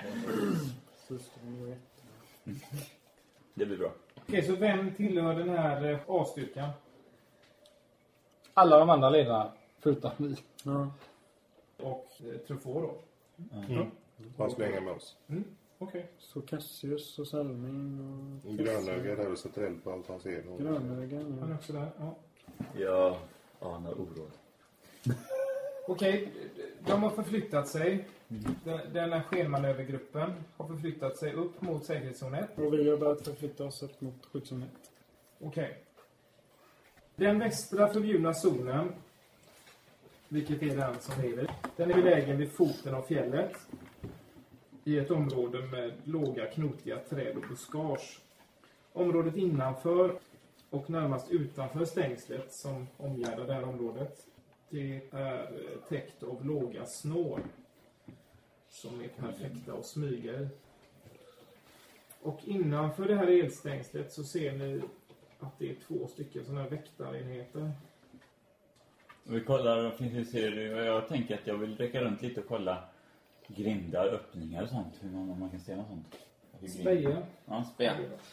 Det blir bra. Okej, så vem tillhör den här eh, A-styrkan? Alla de andra ledarna förutom vi. Ja. Och eh, Truffaut då? Mm. Han ska hänga med oss. Mm. Okej. Så Cassius och Salming och... Grönöga där och sätter eld på allt han ser. Och... Grönögan, Han är ja. också där. Ja. Jag anar oråd. Okej, de har förflyttat sig. Den, den här skenmanövergruppen har förflyttat sig upp mot säkerhetszon ett. Och vi har börjat förflytta oss upp mot skyddszon ett. Okej. Den västra förbjudna zonen, vilket är den som lever, den är belägen vid foten av fjället. I ett område med låga knotiga träd och buskage. Området innanför och närmast utanför stängslet som omgärdar det här området, det är täckt av låga snår som är perfekta att smyga i. Och innanför det här elstängslet så ser ni att det är två stycken sådana här väktarenheter. Om vi kollar, hur ser du? Jag tänker att jag vill räcka runt lite och kolla grindar, öppningar och sånt. Hur man, om man kan se något sånt. Speja. Ja, speja.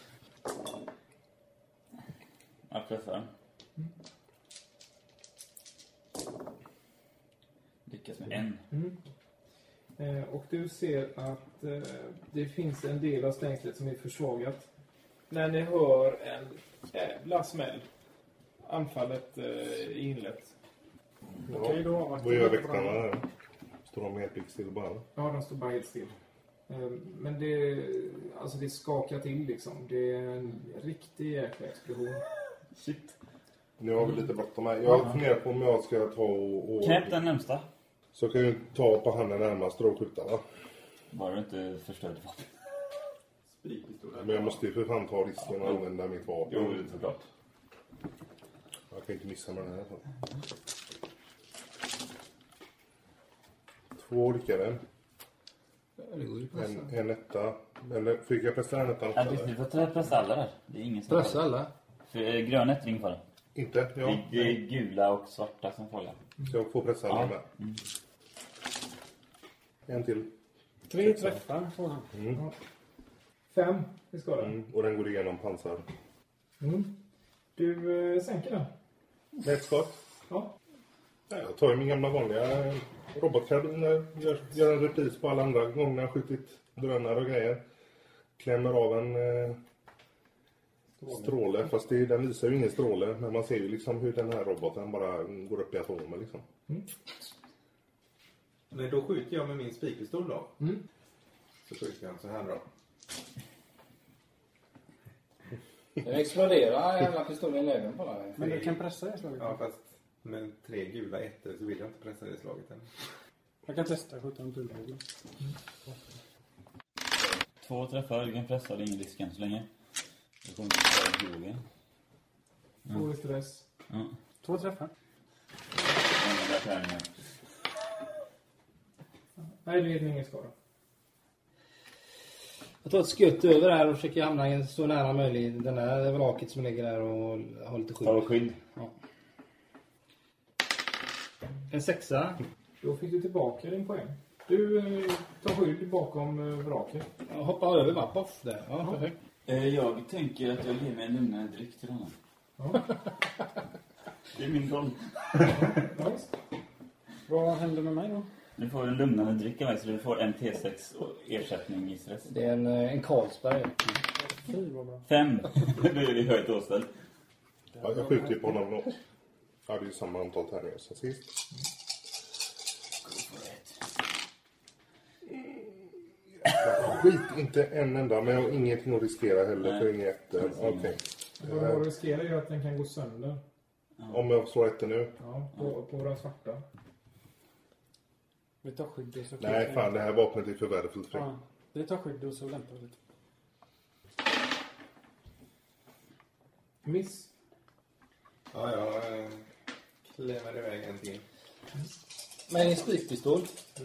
Jag pressar. Mm. Lyckas med en. Mm. Eh, och du ser att eh, det finns en del av stängslet som är försvagat. När ni hör en jävla smäll. Anfallet eh, är inlett. Okej, då avvaktar Vad gör vi. väktarna där? Står de helt blickstill bara? Ja, de står bara helt still. Eh, men det, alltså det skakar till liksom. Det är en riktig jäkla explosion. Shit. Nu har vi lite bråttom här. Jag funderar på om jag ska ta och... och Knäpp den närmsta. så kan jag ta på handen närmast och skjuta, va? Bara du inte förstörde vapen. Men jag måste ju för fan ta risken och använda mitt vapen. Jo, såklart. Jag kan inte missa med den här. Två lyckade. En, en etta. Eller fick jag pressa en etta? Ja, du får pressa alla där. Det är ingen som Pressa alla. För är gröna ett ring kvar? Inte? Ja. Det, det är gula och svarta som fållar. Så jag får pressa Ja. den med. Mm. En till. Tre träffar får han. Mm. Fem i skada. Mm. Och den går igenom pansar. Mm. Du eh, sänker den. Med ett skott. Ja. Ja, jag tar ju min gamla vanliga robotkarbin. Gör, gör en repris på alla andra gånger jag skjutit drönare och grejer. Klämmer av en eh, stråle. Fast det, den visar ju ingen stråle. Men man ser ju liksom hur den här roboten bara går upp i atomer liksom. Mm. Nej, då skjuter jag med min spikpistol då. Mm. Så skjuter jag så här då. Det exploderar jävla pistolen i näven på dig. Men du kan pressa det slaget. Ja, fast med tre gula ettor så vill jag inte pressa det slaget än. Jag kan testa skjuta en tulfågel. Två träffar, du kan pressa, det är ingen risk än så länge. Du kommer inte klara biologen. Två i stress. Ja. Två träffar. Den där träningen. Nej, det är ingen skada. Jag tar ett skutt över här och försöker hamna så nära möjligt den där vraket som ligger där och har lite skydd. Har du skydd? Ja. En sexa. Då fick du tillbaka din poäng. Du eh, tar skydd bakom eh, vraket. Jag hoppar över va? Poff där. Ja, Ja. perfekt. Eh, Jag tänker att jag ger mig en lugnare dryck till honom. Ja. Det är min roll. Ja, visst. Vad händer med mig då? Du får en lugnande dryck av mig så du får en T sex och ersättning i stress. Det är en, eh, en Carlsberg. Fy vad bra. Fem. Det är i höjt åställd. Ja, jag skjuter ju på honom då. Ja, det är ju samma antal tärningar som sist. Skit inte en enda, men jag har ingenting att riskera heller. Nej. För inget ettor. Okej. Vad du har att riskera är att den kan gå sönder. Om jag slår ettor nu. Ja, på, på den svarta. Vi tar skydd och så... Nej, fan, det här vapnet är för värdefullt för. Ja, vi tar skydd och så väntar vi lite. Miss. Ja, jag eh, klämmer iväg en till. Med en spikpistol.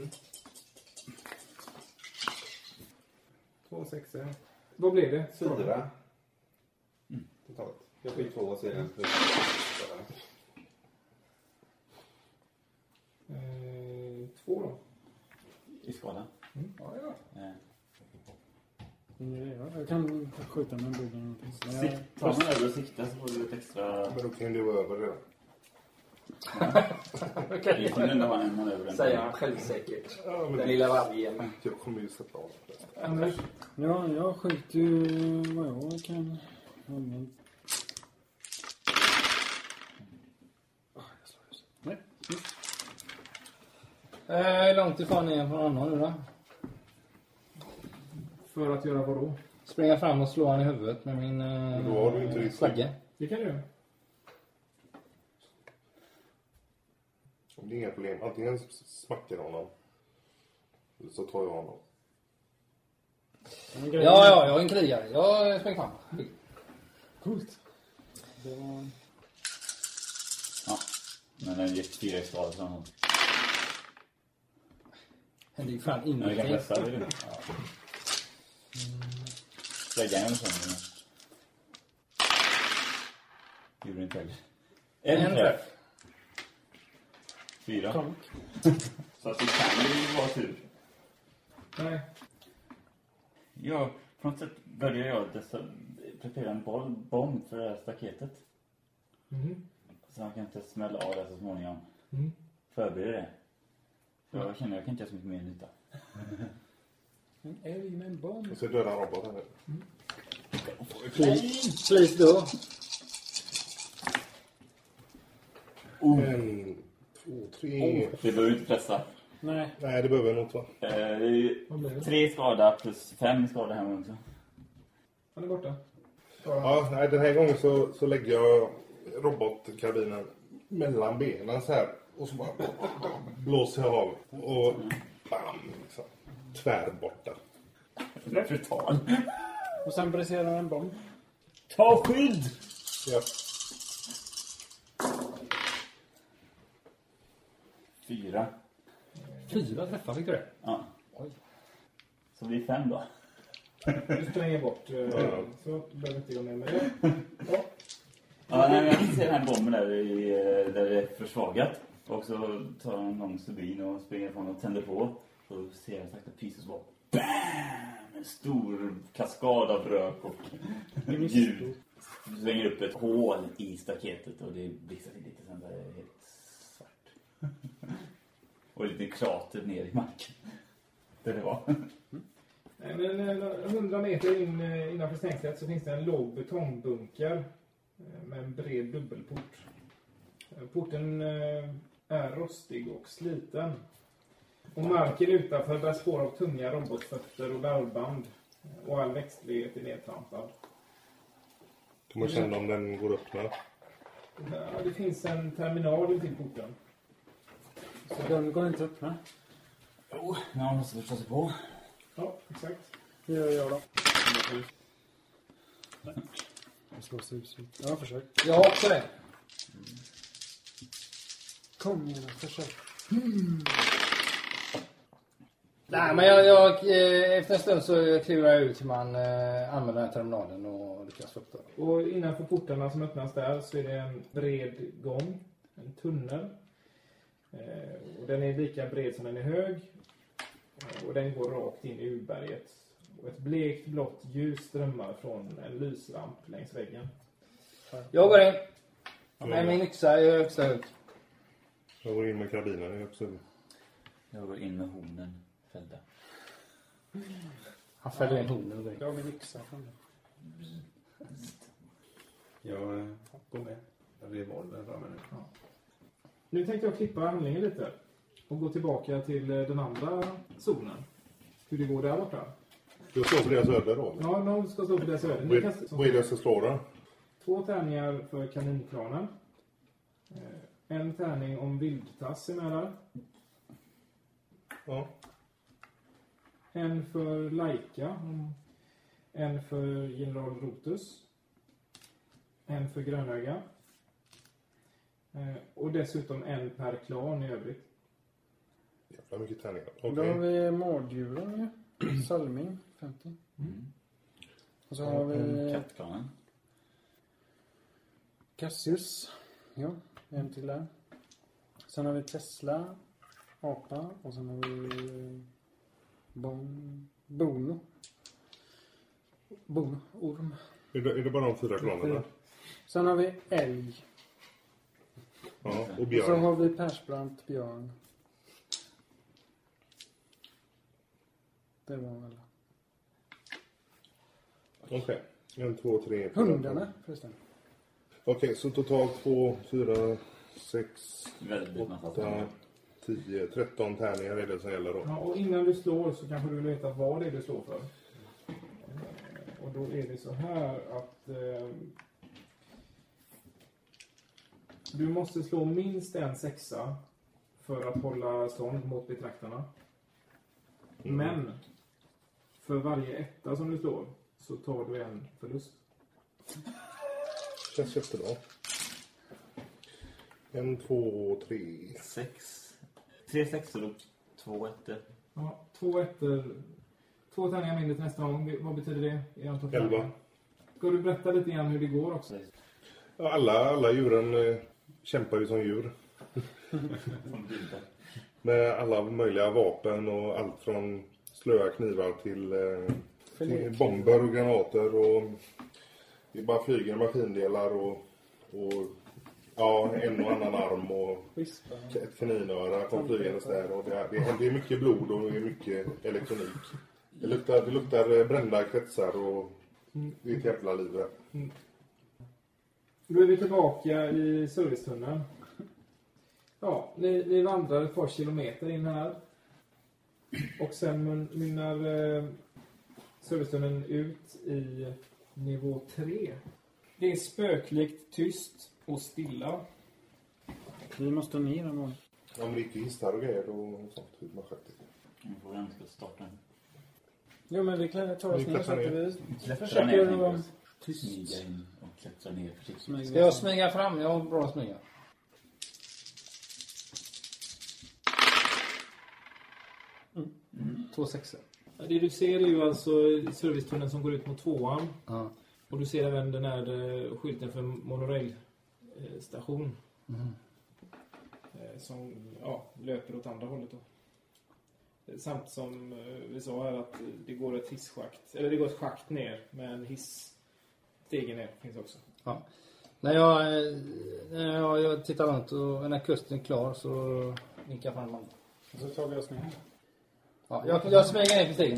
Två sexor. Vad blev det? Fyra. Totalt. Jag fick två och sedan plus. Eh, två då. I skada. Mm. Ja, ja. Eh. Mm, ja, jag kan skjuta med en bord eller någonting. Men jag... Sikt, tar man över och siktar så får du ett extra... Men då kan det vara över redan. Det får ändå vara en man över den. Säger han självsäkert. Ja, men Den lilla vargen. jag kommer ju sätta av det. Anders. Ja, jag skjuter ju vad jag kan. Mm. Ah, jag slår just. Nej, Eh, långt ifrån igen från honom nu då. För För att göra vad då? Springa fram och slå han i huvudet med min eh, Då har du inte riktigt. slagge. Det kan du göra. Det är inga problem. Antingen smackar jag honom. Eller så tar jag honom. Ja, Ja, ja, jag är en krigare. Jag springer fram. Coolt. Det var... Ja, men den gick fyra i skada från honom. Det är ju fan Men vi kan ingenting. pressa det. Ja. Lägga en sån. Gjorde du inte heller. En En träff. Fyra. Konk. Så att det kan ju vara tur. Nej. Ja, på något sätt börjar jag dessa, preparera en boll, bomb för det här staketet. Mhm. Så man kan inte smälla av det så småningom. Mm. Förbereda det. För jag känner att jag kan inte göra så mycket mer nytta. En älg med en bomb. Och så dödar roboten nu. Please, please då. En, två, tre. Det behöver inte pressa. Nej. Nej, det behöver jag nog inte va? Eh, det är ju Vad blir det? tre skada plus fem skada här också. Han är borta. Ja, nej, den här gången så, så lägger jag robotkarbinen mellan benen så här. Och så bara blåser jag av. Och bam, liksom. Tvär borta. Brutal. Och sen briserar en bomb. Ta skydd! Ja. Fyra. Fyra träffar fick du det. Ja. Oj. Så blir fem då. Du stänger bort. eh, Ja. Så du behöver inte gå ner med det. Ja. Ja, nej, jag ser den här bomben där, i, där det är försvagat. Och så tar jag en lång stubin och springer från och tänder på. Så ser jag sakta pyset så bara BAM! En stor kaskad av rök och ljud. Du svänger upp ett hål i staketet och det blixtrar till lite, sen där är det helt svart. Och lite krater ner i marken. Det det var. Nej, men hundra meter in, innanför stängslet så finns det en låg betongbunker med en bred dubbelport. Porten är rostig och sliten. Och marken utanför bär spår av tunga robotfötter och bergband. Och all växtlighet är nedtrampad. Kan man känna om den går upp med? Ja, det finns en terminal till porten. Så den går inte upp med? Jo, man måste förstå sig på. Ja, exakt. Det gör jag då. Jag slår sig ut. Ja, försök. Jag har också det. Kom igen, försök. Hmm. Nej, men jag, jag, efter en stund så klurar jag ut hur man eh, använder den här terminalen och lyckas få upp det. Och innanför portarna som öppnas där så är det en bred gång, en tunnel. Eh, och den är lika bred som den är hög. Eh, och den går rakt in i urberget. Och ett blekt blått ljus strömmar från en lyslamp längs väggen. Jag går in. Med min yxa i högsta hugg. Jag går in med karabinen i högsta hugg. Jag går in med hornen fällda. Han fäller in hornen. Jag har min yxa från det. Jag eh, går med. Jag blir vald där framme nu. Ja. Nu tänkte jag klippa handlingen lite. Och gå tillbaka till eh, den andra zonen. Hur det går där borta. Du står för deras öde då? Ja, någon ska stå för deras öde. Vad är, vad är det jag ska slå då? Två tärningar för kaninklanen. Eh, en tärning om vildtass är med där. Ja. En för Laika. En för General Rotus. En för Grönöga. Eh, och dessutom en per klan i övrigt. Jävla mycket tärningar. Då Okej. har vi mårdjuren ju. Salming, femtio. Mm. Och så har vi Kattklanen. Cassius. Ja, en till där. Sen har vi Tesla, apa. Och sen har vi bon, Bono. Bono, orm. Är det, är det bara de fyra klanerna? Sen har vi älg. Ja, och Och så björn. har vi Persbrandt, björn. Det var alla. Okej. En, två, tre, fyra. Hundarna förresten. Okej, så totalt två, fyra, sex, Väldigt massa åtta, tärningar. tio, tretton tärningar är det som gäller då. Ja, och innan du slår så kanske du vill veta vad det är du slår för. Eh, och då är det så här att eh, du måste slå minst en sexa för att hålla stånd mot betraktarna. Mm. Men för varje etta som du slår så tar du en förlust. Känns jättebra. En, två, tre. Sex. Tre sexor och två ettor. Ja, två ettor. Två tärningar mindre till nästa gång. Vad betyder det i antal Elva. tärningar? Ska du berätta lite grann hur det går också? Ja, alla, alla djuren eh, kämpar ju som djur. Från bilder. Med alla möjliga vapen och allt från slöa knivar till, eh, till bomber och granater och det bara flyger maskindelar och, och ja, en och annan arm och Vispa. ett kaninöra kom flygandes där och det är, det, är, det är mycket blod och det är mycket elektronik. Det luktar, det luktar brända kretsar och det är ett jävla liv där. Då är vi tillbaka i servicetunneln. Ja, ni, ni vandrar ett par kilometer in här. Och sen mynnar eh, servicetunneln ut i nivå tre. Det är spöklikt, tyst och stilla. Vi måste ner någon gång. Om det inte hissar och grejer och sånt. Hur man sköter det. Nu får jag ska starta den. Jo, men vi kan ta oss Vi ner så att klättrar vi Klättra försöker ner. vara Niklas. tyst. Smyga in och klättra ner försiktigt. Smyga. Ska jag smyga fram? Jag har bra att smyga. Två sexor. Ja, det du ser är ju alltså servicetunneln som går ut mot tvåan. Ja. Och du ser även den här eh, skylten för monorailstation. Mm. Eh, som ja, löper åt andra hållet då. Samt som vi sa här att det går ett hisschakt. Eller det går ett schakt ner med en hiss. Stegen ner finns också. Ja. När jag, när jag, jag tittar runt och när kusten är klar så vinkar jag fram man. Och så tar vi oss ner. Ja, jag, jag smäger ner på stegen.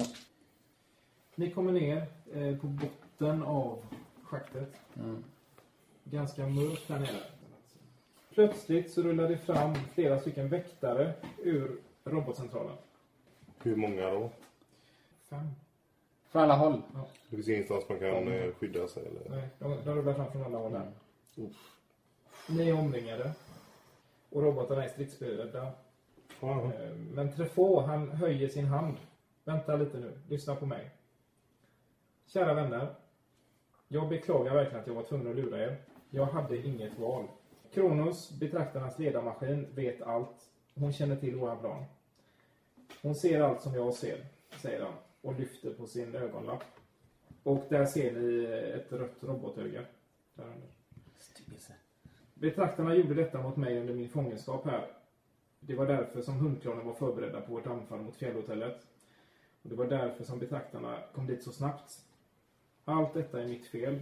Ni kommer ner eh, på botten av schaktet. Mm. Ganska mörkt där nere. Plötsligt så rullar det fram flera stycken väktare ur robotcentralen. Hur många då? Fem. Från alla håll? Ja. Det finns ingenstans man kan mm. skydda sig? Eller? Nej, de, de rullar fram från alla håll där. Mm. Ni är omringade. Och robotarna är stridsberedda. Mm. Men Trefort, han höjer sin hand. Vänta lite nu, lyssna på mig. Kära vänner. Jag beklagar verkligen att jag var tvungen att lura er. Jag hade inget val. Kronos, betraktarnas ledarmaskin, vet allt. Hon känner till våra plan. Hon ser allt som jag ser, säger han. Och lyfter på sin ögonlapp. Och där ser ni ett rött robotöga. Där under. Styggelse. Betraktarna gjorde detta mot mig under min fångenskap här. Det var därför som hundklanen var förberedda på vårt anfall mot fjällhotellet. Och det var därför som betraktarna kom dit så snabbt. Allt detta är mitt fel.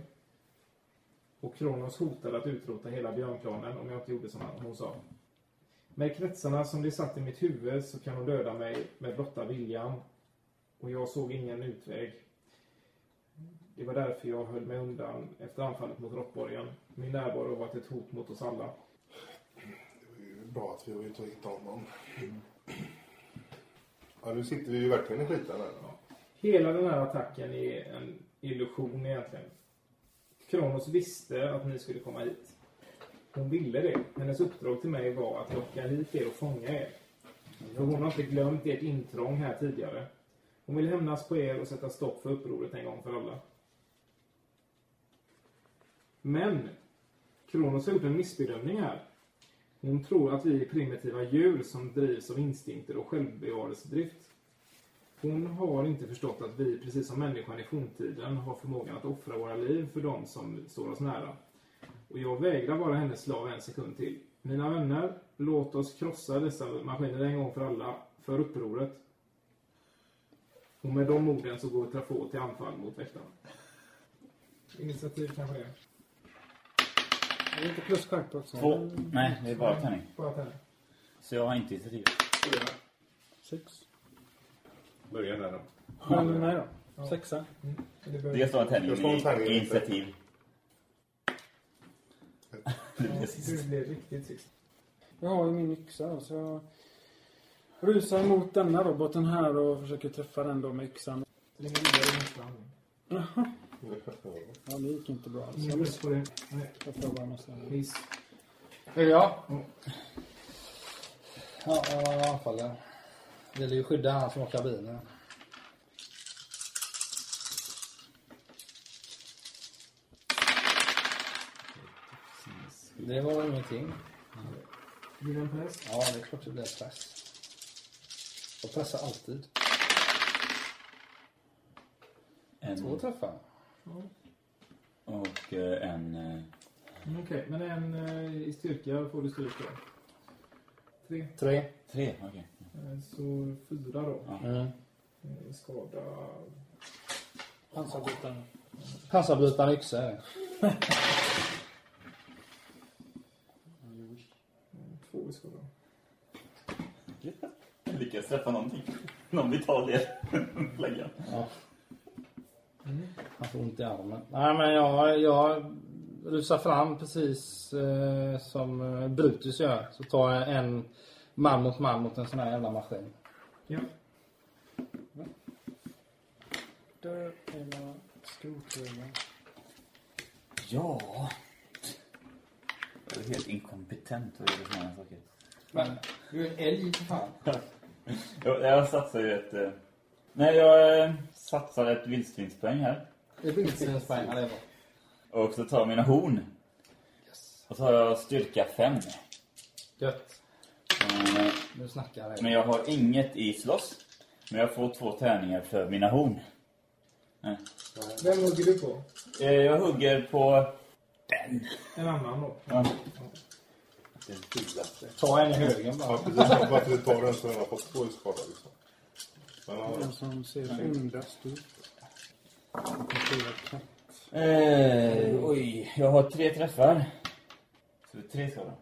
Och Kronos hotade att utrota hela björnklanen om jag inte gjorde som hon sa. Med kretsarna som det satt i mitt huvud så kan hon döda mig med blotta viljan. Och jag såg ingen utväg. Det var därför jag höll mig undan efter anfallet mot Rockborgen. Min närvaro var ett hot mot oss alla. Det är ju bra att vi har ute och hittat honom. Mm. Ja, nu sitter vi ju verkligen i skiten här. Ja. Hela den här attacken är en illusion egentligen. Kronos visste att ni skulle komma hit. Hon ville det. Hennes uppdrag till mig var att locka hit er och fånga er. För hon har inte glömt ert intrång här tidigare. Hon vill hämnas på er och sätta stopp för upproret en gång för alla. Men Kronos har gjort en missbedömning här. Hon tror att vi är primitiva djur som drivs av instinkter och självbevarelsedrift. Hon har inte förstått att vi, precis som människan i forntiden, har förmågan att offra våra liv för dem som står oss nära. Och jag vägrar vara hennes slav en sekund till. Mina vänner, låt oss krossa dessa maskiner en gång för alla för upproret. Och med de orden så går Trafot till anfall mot väktarna. Initiativ kanske det är. Det är inte plus skärp också. Två. Nej, det är bara tärning. Bara tärning. Så jag har inte initiativ. Sex. Börja där då. Men nej då. Ja. Sexa. Mm. Det, det står en tärning i initiativ. Du blir riktigt sist. Jag har ju min yxa så jag rusar mot denna roboten här och försöker träffa den då med yxan. Det ligger vidare i nästan. Jaha. Ja, det gick inte bra. Alltså. Jag vill på det. Nej. Jag får bara massa. Hiss. Är det jag? Mm. Ja, jag anfaller. Det vill ju skydda han som har kabinen. Det var ingenting. Blir det en press? Ja, det är klart det blir en press. Jag pressar alltid. En... Två träffar. Ja. Och eh, en... Eh... Okej, okay, men en eh, i styrka får du styrka. Tre. Tre. Tre, okej. Okay. Eh, så fyra då. Ja. Mm. Eh, skada... Pansarbrytaren. Pansarbrytaren yxa är det. Två i skada. Jag lyckas träffa någonting. Någon vital i flaggan. Ja. Mm. Han får ont i armen. Nej, men jag, jag rusar fram precis eh, som Brutus gör. Så tar jag en man mot man mot en sån här jävla maskin. Ja. Dör eller skrotröva. Ja. Jag är helt inkompetent att göra sådana saker. Men, du är en älg för fan. jag, jag satsar ju ett... Eh... Nej, jag eh, satsar ett vildsvinspoäng här. Det är vildsvinspoäng, ja, det är bra. Och så tar jag mina horn. Yes. Och så har jag styrka fem. Gött. Mm. Nu snackar jag. Men jag har inget i slåss. Men jag får två tärningar för mina horn. Nej. Vem hugger du på? Eh, jag hugger på den. En annan då? Ja. Den fulaste. Ta en i högen bara. Ja, precis. Varför du tar den så den har fått två i skada liksom. Men, ja. Den som ser ondast ut. Eh, oj, jag har tre träffar. Så det är tre skador.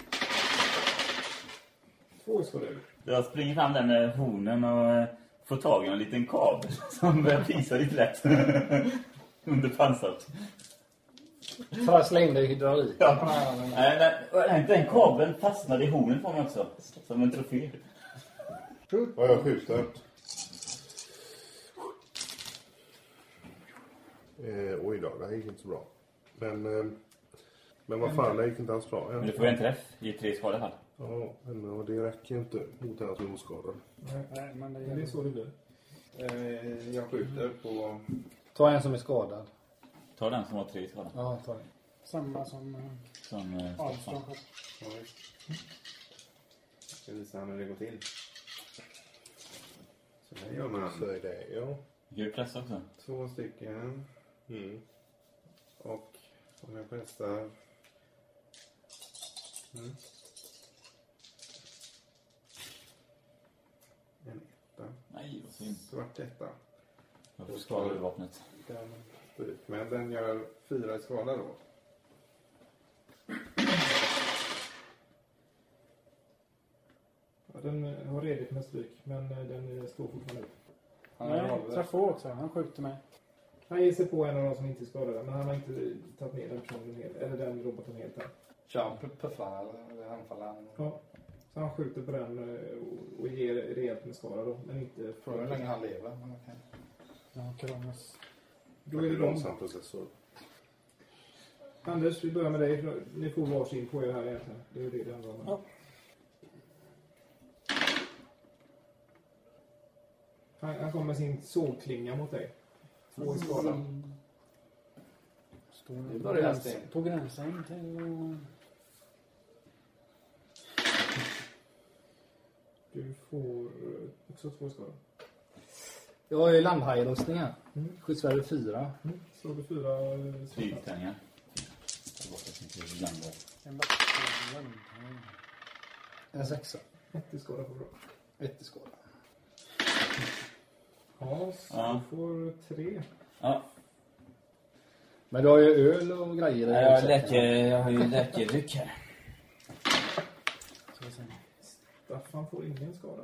Två skador. Jag springer fram där med hornen och eh, får tag i en liten kabel som börjar pisa lite lätt. Under pansat. För att slänga i hydraulik. Ja. Nej, den, den kabeln fastnade i hornen på mig också. Som en trofé. Ja, jag skjuter. Eh, oj då, det här gick inte så bra. Men, eh, men vad fan, det gick inte alls bra. Men du får en träff i tre skador fall. Ja, men det räcker ju inte mot den som är oskadad. Nej, men det Det är så det blir. Eh, jag skjuter på... Ta en som är skadad. Ta den som har tre skador. Ja, ta den. samma som eh, Som eh, Ahlström. Ja, ska visa hur det går till. Så här gör man. Så är det, ja. Gör du pressa också? Två stycken. Mm. Och om jag pressar... Mm. En etta. Nej, vad synd. Svart etta. Varför skadar du vapnet? Den stryk. Men den gör fyra i skada då. Ja, den eh, har redigt med stryk, men eh, den eh, står fortfarande upp. Nej, Trafå också. Han skjuter mig. Han ger sig på en av de som inte är skadade, men han har inte tagit ner den personen helt, eller den roboten helt än. Kör han puffar eller anfaller han? Ja. Så han skjuter på den eh, och, och ger rejält med skada då, men inte... Frågar hur länge han lever. Men okej. Ja, Kronos. Då är det de. långsam processor. Anders, vi börjar med dig. Ni får varsin på er här egentligen. Det är ju det det handlar om. Ja. Han, han kommer med sin sågklinga mot dig. Två i skada. Står Det på, börjar gräns, steg. på gränsen till att... Du får eh, också två i skada. Jag har ju landhajrustning här. Mm. Skyddsvärde fyra. Mm. Så du fyra eh, svarta. Flygtärningar. Ta bort det, inte blanda. En backstånd. En sexa. Ett i skada får bra. Ett i skada. Ja, så Ja. du får tre. Ja, Men du har ju öl och grejer. i jag, ryggsäcken. läker, jag har ju läkerryck här. Staffan får ingen skada.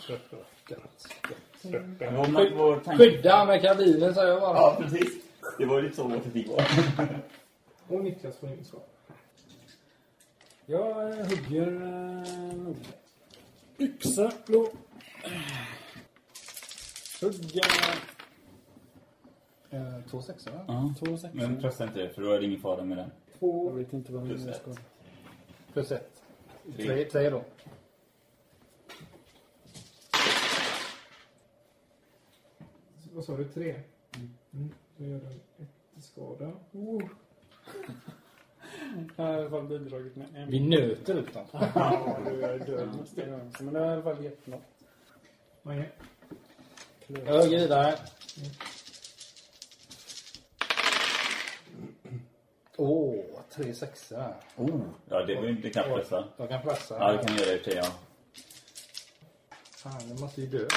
Vår, vår tanke... Skydda med kabinen, sa jag bara. Ja, precis. Det var ju lite så vår kritik var. Och Niklas får ingen skada. Jag eh, hugger eh, nog. Yxa då. Hugga. Eh, två sexor, va? Ja. Två sexor. Men trösta inte det, för då är det ingen fara med den. Jag Två. vet inte vad Plus min ett. ska. Plus ett. Tre. Tre, tre då. Vad sa du? Tre? Mm. Då gör den ett i skada. Oh. Jag har i alla fall bidragit med en. Vi nöter ut dem. Ja, du är död nästa gång. Men det är i alla fall jättebra. Mange. Jag hugger vidare. Åh, oh, tre sexor här. Oh, ja, det var ju inte knappt pressa. Jag kan pressa. Ja, det kan jag göra i och för sig, ja. Fan, det måste ju dö.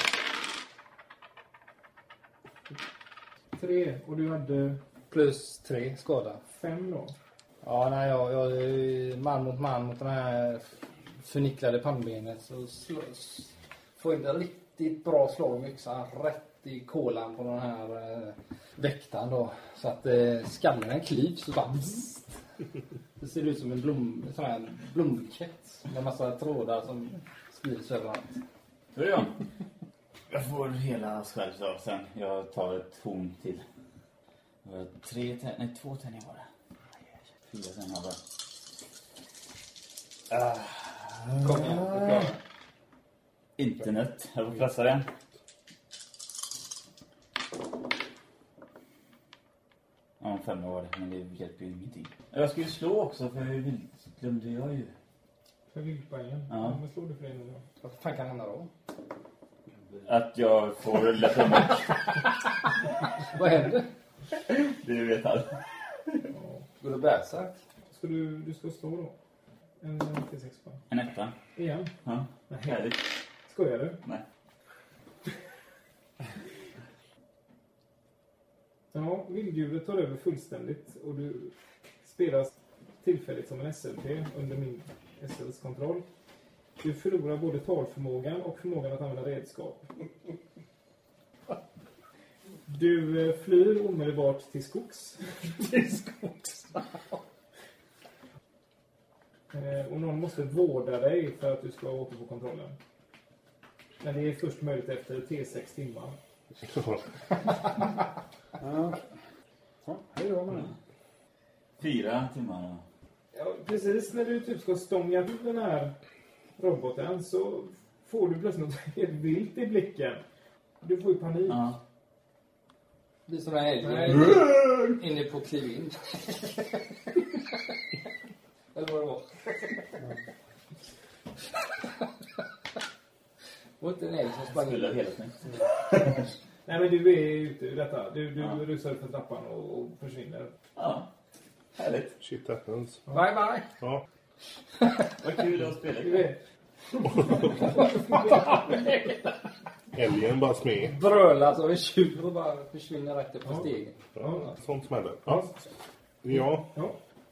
Tre. Och du hade Plus tre skada. fem då. Ja, nej, jag, jag är man mot man mot den här förnicklade pannbenet. Så slås, får inte riktigt bra slag med yxan rätt i kolan på den här eh, väktaren då. Så att eh, skallen klyvs och bara... Bzzt. Det ser ut som en blom, sån här blombukett med massa trådar som sprids överallt. Då är det jag. Jag får hela själv så sen. Jag tar ett horn till. Det var tre tärningar, nej två tärningar var det. Fyra tärningar bara. Ah. Kom igen, du klarar. Internet. Jag får pressa den. Ja, fem år, men det hjälper ju ingenting. Jag ska ju slå också, för jag glömde jag ju. För vildpoängen. Ja. Ja. Men slår du för det nu då? Vad fan kan hända då? Att jag får lätta mig. Vad händer? Det vet alla. Går det bärsakt? Ska du, du ska slå då? En nittiosex på. En etta. Igen? Ja, Nej. härligt. Skojar du? Nej. Ja, vilddjuret tar över fullständigt och du spelas tillfälligt som en S L P under min S L:s kontroll. Du förlorar både talförmågan och förmågan att använda redskap. Du eh, flyr omedelbart till skogs. Till skogs. Eh, och någon måste vårda dig för att du ska återfå kontrollen. Men det är först möjligt efter T sex timmar. Ja, ja hej då med den. Fyra timmar då. Ja, precis när du typ ska stånga upp den här roboten så får du plötsligt något helt vilt i blicken. Du får ju panik. Ja. Det är som en älg inne på kliv in. Eller vad det var. Och inte en älg som sprang in. Skulle hela tiden. Nej, men du är ute ur detta. Du, du Ja. rusar upp för trappan och, och försvinner. Ja, härligt. Shit happens. Bye bye. Ja. Vad kul att spela. Du vet. Älgen bara smed. Brölar som en tjur och bara försvinner rätt upp på Ja. stegen. Ja, sånt smäller. Ja. Ja. Ja.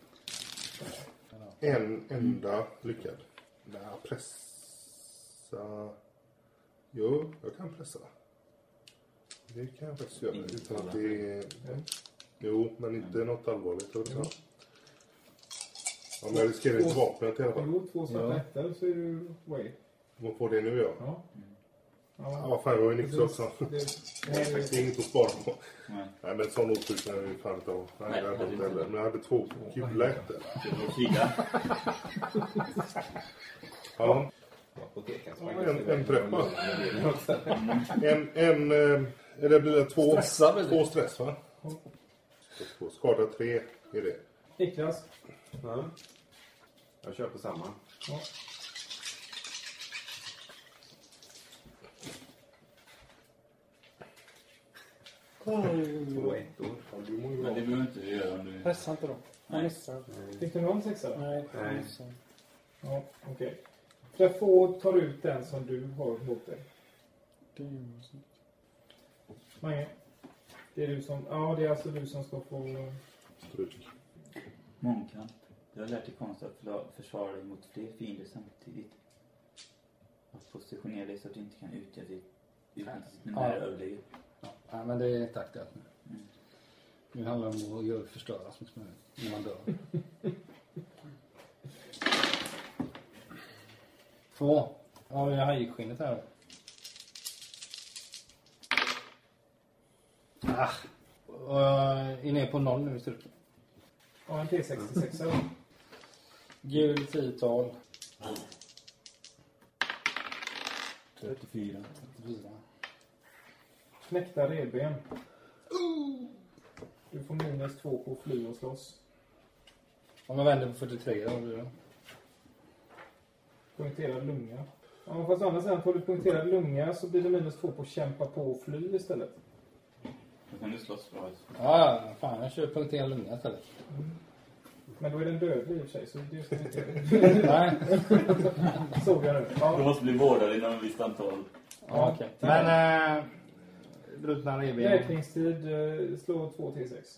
En enda lyckad. Nej, pressa... Jo, jag kan pressa. Det kan jag faktiskt göra. Utan att det är... Jo, men inte något allvarligt. Också. Ja. Ja, men jag riskerar inte vapnet i alla fall. Jo, två svarta ettor så är du way. Vad får det nu, ja? Ja. Ja, vad fan, jag har ju nyx också. Det, det, Det är inget att spara på. Nej. Nej, men sån otur kan jag ju fan inte ha. Nej, Nej, det hade det jag inte hade heller. Men jag hade två kula ettor. Det var fyra. Ja. Ja, en, en träff, va? En, en, eh, eller blir det två, Stressar väl det? två stress, va? Två, skada tre är det. Niklas. Ja. Jag kör på samma. Ja. Två ettor. Men det behöver inte du göra om du... Pressa inte då. Nej. Missar. Fick du någon sexa? Nej, Nej. missar. Ja, okej. För att få tar ut den som du har mot dig. Det är ju så. Mange. Det är du som... Ja, det är alltså du som ska få... Stryk. Mångkamp. Du har lärt dig konst att förla- försvara dig mot fler fiender samtidigt. Att positionera dig så att du inte kan utgöra dig utan sitt numerära överläge. Ja, men det är inte aktuellt nu. Mm. Nu handlar det om att göra förstöra så mycket som möjligt när man dör. Två. Ja, vi har hajskinnet här då. Ah. Och jag är ner på noll nu i styrkan. Ja, en T sextiosex då. Gul tiotal. trettiofyra. trettiofyra. Knäckta revben. Du får minus två på fly och slåss. Om jag vänder på fyrtiotre då blir det. Poängterad lunga. Ja, fast å andra sidan får du poängterad lunga så blir det minus två på kämpa på och fly istället. Då kan du slåss bra ut. Ja, ja, fan jag kör punkterad lunga istället. Men då är den dödlig i och för sig, så det ska inte... Nej. Såg jag nu. Du Ja. måste bli vårdad inom ett visst antal. Ja, okej. Men, äh, brutna revben. Räkningstid, eh, slå två T sex.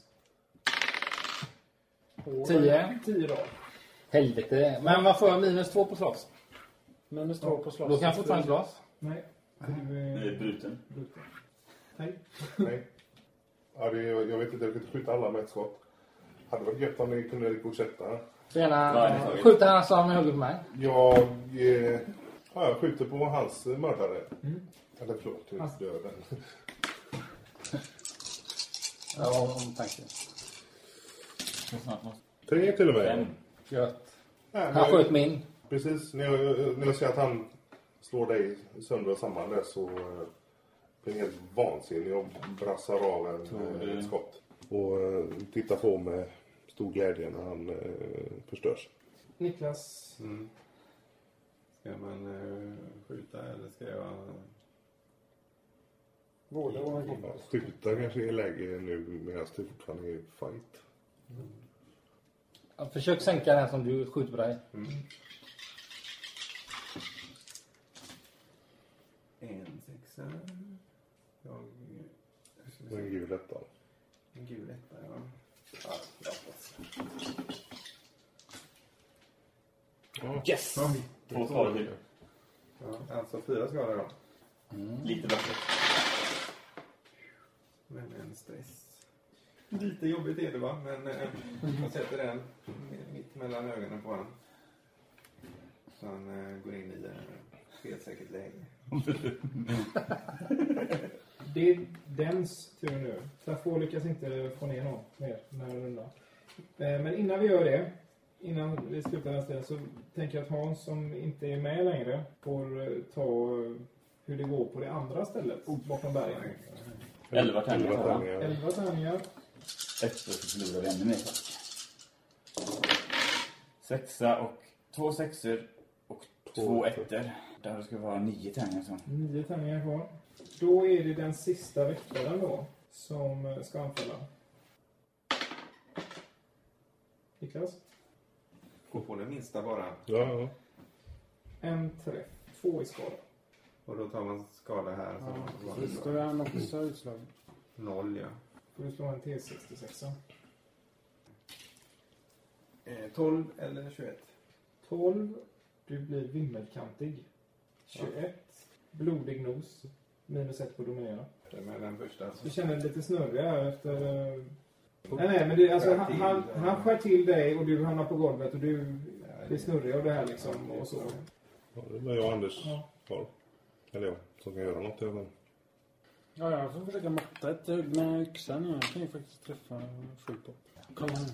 På- Tio. Tio då. Helvete. Men vad får jag minus två på slåss? Minus två på slåss. Då kan jag fortfarande slåss. Nej. Du Du är är bruten. bruten. Nej. Nej. Ja, det är, jag vet inte, jag kan inte skjuta alla med ett skott. Hade varit gött om ni kunde fortsätta. Tjena. Nej, Skjuter han som hugger på mig? Jag, eh, ja, jag skjuter på hans mördare. Mm. Eller förlåt, du Hans- döden. Ja, om tanken. Hur snart måste... Tre till och med. Fem. Gött. Nej, Han sköt min. Precis, när jag, när jag ser att han slår dig sönder och samman där så eh, blir jag helt vansinnig och brassar av en, Tror eh, du? ett skott. Och eh, tittar på med stor glädje när han eh, förstörs. Niklas. Mm. Ska man uh, skjuta eller ska jag... Vårda och en Ja, skjuta kanske är läge nu medan det fortfarande är fight. Mm. Ja, försök sänka den som du skjuter på dig. Mm. En sexa. Jag... Och en gul etta. En gul etta, ja. Ja, Ja. Yes! Två skador till. ja, alltså fyra skador då. Mm. Lite bättre. Men en stress. Lite jobbigt är det va? Men eh, jag sätter den mitt mellan ögonen på honom. Så han eh, går in i eh, felsäkert läge. Det är dens tur nu. Trafå lyckas inte få ner någon mer den här rundan. Men innan vi gör det, innan vi slutar den här ställen, så tänker jag att Hans som inte är med längre får ta hur det går på det andra stället bakom bergen. Elva tärningar. Elva tärningar. Efter så förlorar vi ännu mer. Sexa och två sexor och två ettor. Där ska det vara nio tärningar. Så. Nio tärningar kvar. Då är det den sista väktaren då som ska anfalla. Niklas? Gå på den minsta bara. Ja, ja. En träff. Två i skada. Och då tar man skada här. Så Ja, det står han också utslagen. Noll, ja. Får du slå en T sextiosex. Eh, tolv eller tjugoett? tolv. Du blir vimmelkantig. tjugoett. Blodig nos. Minus ett på dominera. Med den första. Så. Du känner dig lite snurrig här efter... Nej, nej, men det, alltså, han, han, han skär till dig och du hamnar på golvet och du blir snurrig av det här liksom och så. Ja, det är jag och Anders Ja. har. Eller jag, som kan göra något i alla fall. Ja, jag får försöka matta ett hugg med yxan. Jag kan ju faktiskt träffa sju på. Kom här.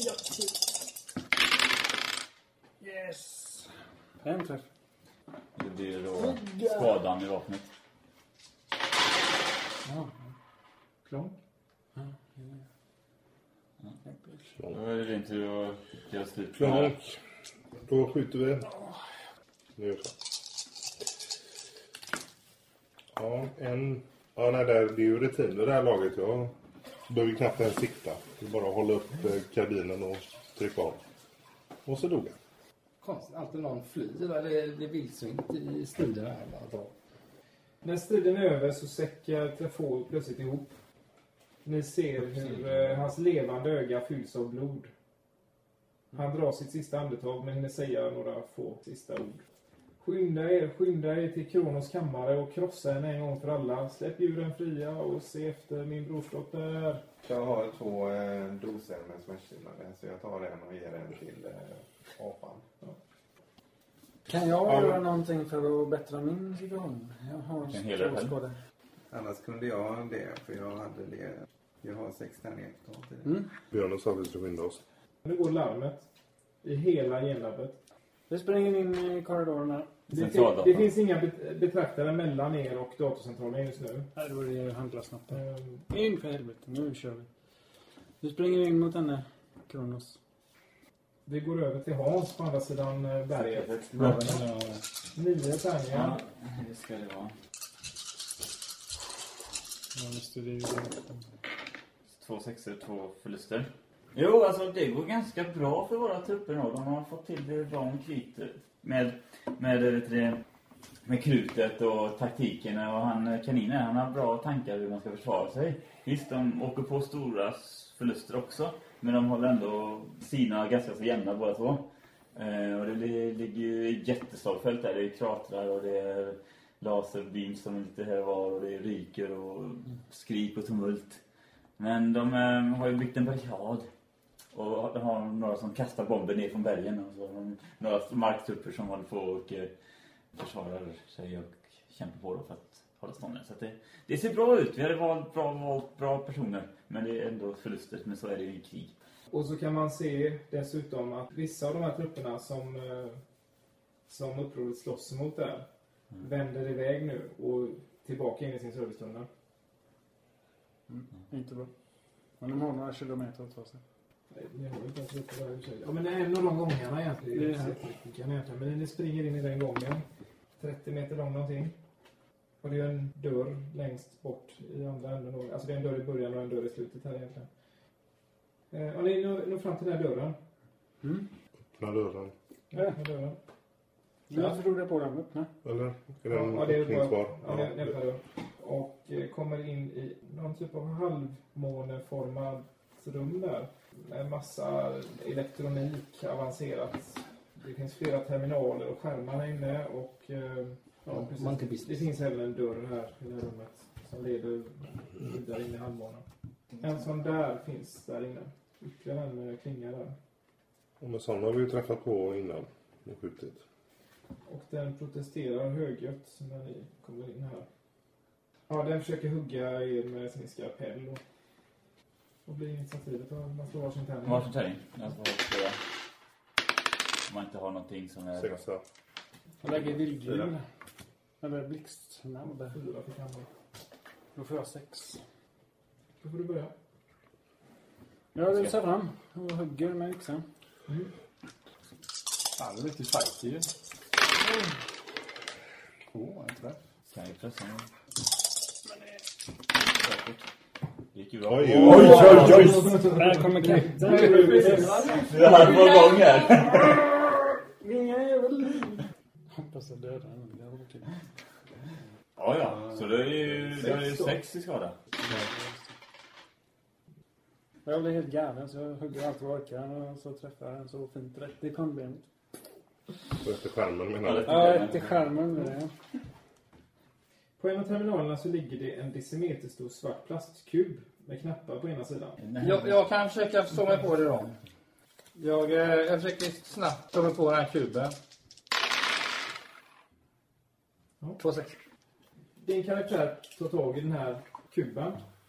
Yes! En träff. Det blir då skadan i vapnet. Ja. Klonk. Ja. Då är det din tur att göra slut. Klonk. Då skjuter vi. Nu gör så. Ja, en... Ja, nej, där, det är ju rutiner det här laget. Jag behöver knappt ens sikta. Det är bara att hålla upp eh, karbinen och trycka av. Och så dog jag. Konstigt, alltid någon flyr eller det är vildsvint i striderna här bara. När striden är över så säckar Trafå plötsligt ihop. Ni ser hur eh, hans levande öga fylls av blod. Han drar sitt sista andetag men hinner säga några få sista ord. Skynda er, skynda er till Kronos kammare och krossa henne en gång för alla. Släpp djuren fria och se efter min brorsdotter. Jag har två eh, doser med smärtstillande så jag tar den och ger den till eh, apan. Ja. Kan jag Ja, göra men- någonting för att bättra min situation? Jag har Kan hela två själv. skador. Annars kunde jag det för jag hade det. Jag har sex tärningar totalt i det. Mm. Björn sa att vi ska skynda oss. Nu går larmet i hela genlabbet. Vi springer in i korridoren här. Det, Centraldatorn. det finns inga bet- betraktare mellan er och datorcentralen just nu. Här då är det handla snabbt. Ehm, In för helvete, nu kör vi. Vi springer in mot henne, Kronos. Vi går över till Hans på andra sidan eh, berget. Ja. Nio tärningar. Ja, det ska det vara. Ja, just det, det är ju det. Två sexor, två förluster. Jo, alltså det går ganska bra för våra trupper nu. De har fått till det bra med kritet. Med, med, vet du det, med krutet och taktiken. Och han, kaninen, han har bra tankar hur man ska försvara sig. Visst, de åker på stora förluster också. Men de håller ändå sina ganska så jämna båda två. Eh, och det ligger ju jätteslagfält där. Det är kratrar och det är laserbeams som lite här var. Och det är ryker och skrik och tumult. Men de eh, har ju byggt en barrikad. Och de har några som kastar bomber ner från bergen. Och så har de några marktrupper som håller på och eh, försvarar sig och kämpar på för att hålla stånden. Så att det, det ser bra ut. Vi hade valt bra, valt bra personer. Men det är ändå förluster. Men så är det ju i krig. Och så kan man se dessutom att vissa av de här trupperna som, eh, som upproret slåss emot där Mm. vänder iväg nu och tillbaka in i sin servicetunnel. Mm. Inte bra. Men de har några kilometer att ta sig. Ni har inte ens trupper där i och för sig. Ja, men det är en av de gångarna egentligen. Det är här. egentligen. Men ni springer in i den gången. trettio meter lång någonting. Och det är en dörr längst bort i andra änden. Alltså det är en dörr i början och en dörr i slutet här egentligen. Eh, och ni når fram till den här dörren. Mm. Öppna dörren. Ja, öppna dörren. Jag förstod det på den öppna. Eller? Är det en ja, det är öppningsbar? bara, ja, det är öppna dörren. Och eh, kommer in i någon typ av halvmåneformad rum där. Med massa elektronik avancerat. Det finns flera terminaler och skärmar här inne. Och eh, ja, precis. Det finns även en dörr här i det här rummet. Som leder vidare in i halvmånen. En sån där finns där inne. Ytterligare en klinga där. Och med sådana har vi ju träffat på innan och skjutit. Och den protesterar högljutt när ni kommer in här. Ja, den försöker hugga er med sin skalpell. Och, och blir initiativet. Man slår varsin tärning. Varsin tärning. Jag får slå. Om man inte har någonting som är... Sexa. Jag lägger vildgul. Eller blixtsnabb. Fyra fick han. Då får jag sex. Då får du börja. Jag rusar fram och hugger med yxan. Mm. Fan, det är riktigt fighty ju. Åh, en träff. Kan jag pressa nu? Det gick ju Oj, bra. oj, oj, oj, oj. Där kommer katten. Du hade på gång här. Ringa jävel. Hoppas jag dödar den. Ja, ja. Så det är ju, det är ju sex i skada. Jag blir helt galen så jag hugger allt vad jag kan och så träffar jag den så fint rätt i pannbenet. Och efter skärmen menar du? Ja, efter skärmen med det. På en av terminalerna så ligger det en decimeterstor svart plastkub med knappar på ena sidan. Jag, jag kan försöka stå mig på det då. Jag, eh, jag försöker snabbt stå mig på den här kuben. Ja. Två sex. Din karaktär tar tag i den här kuben.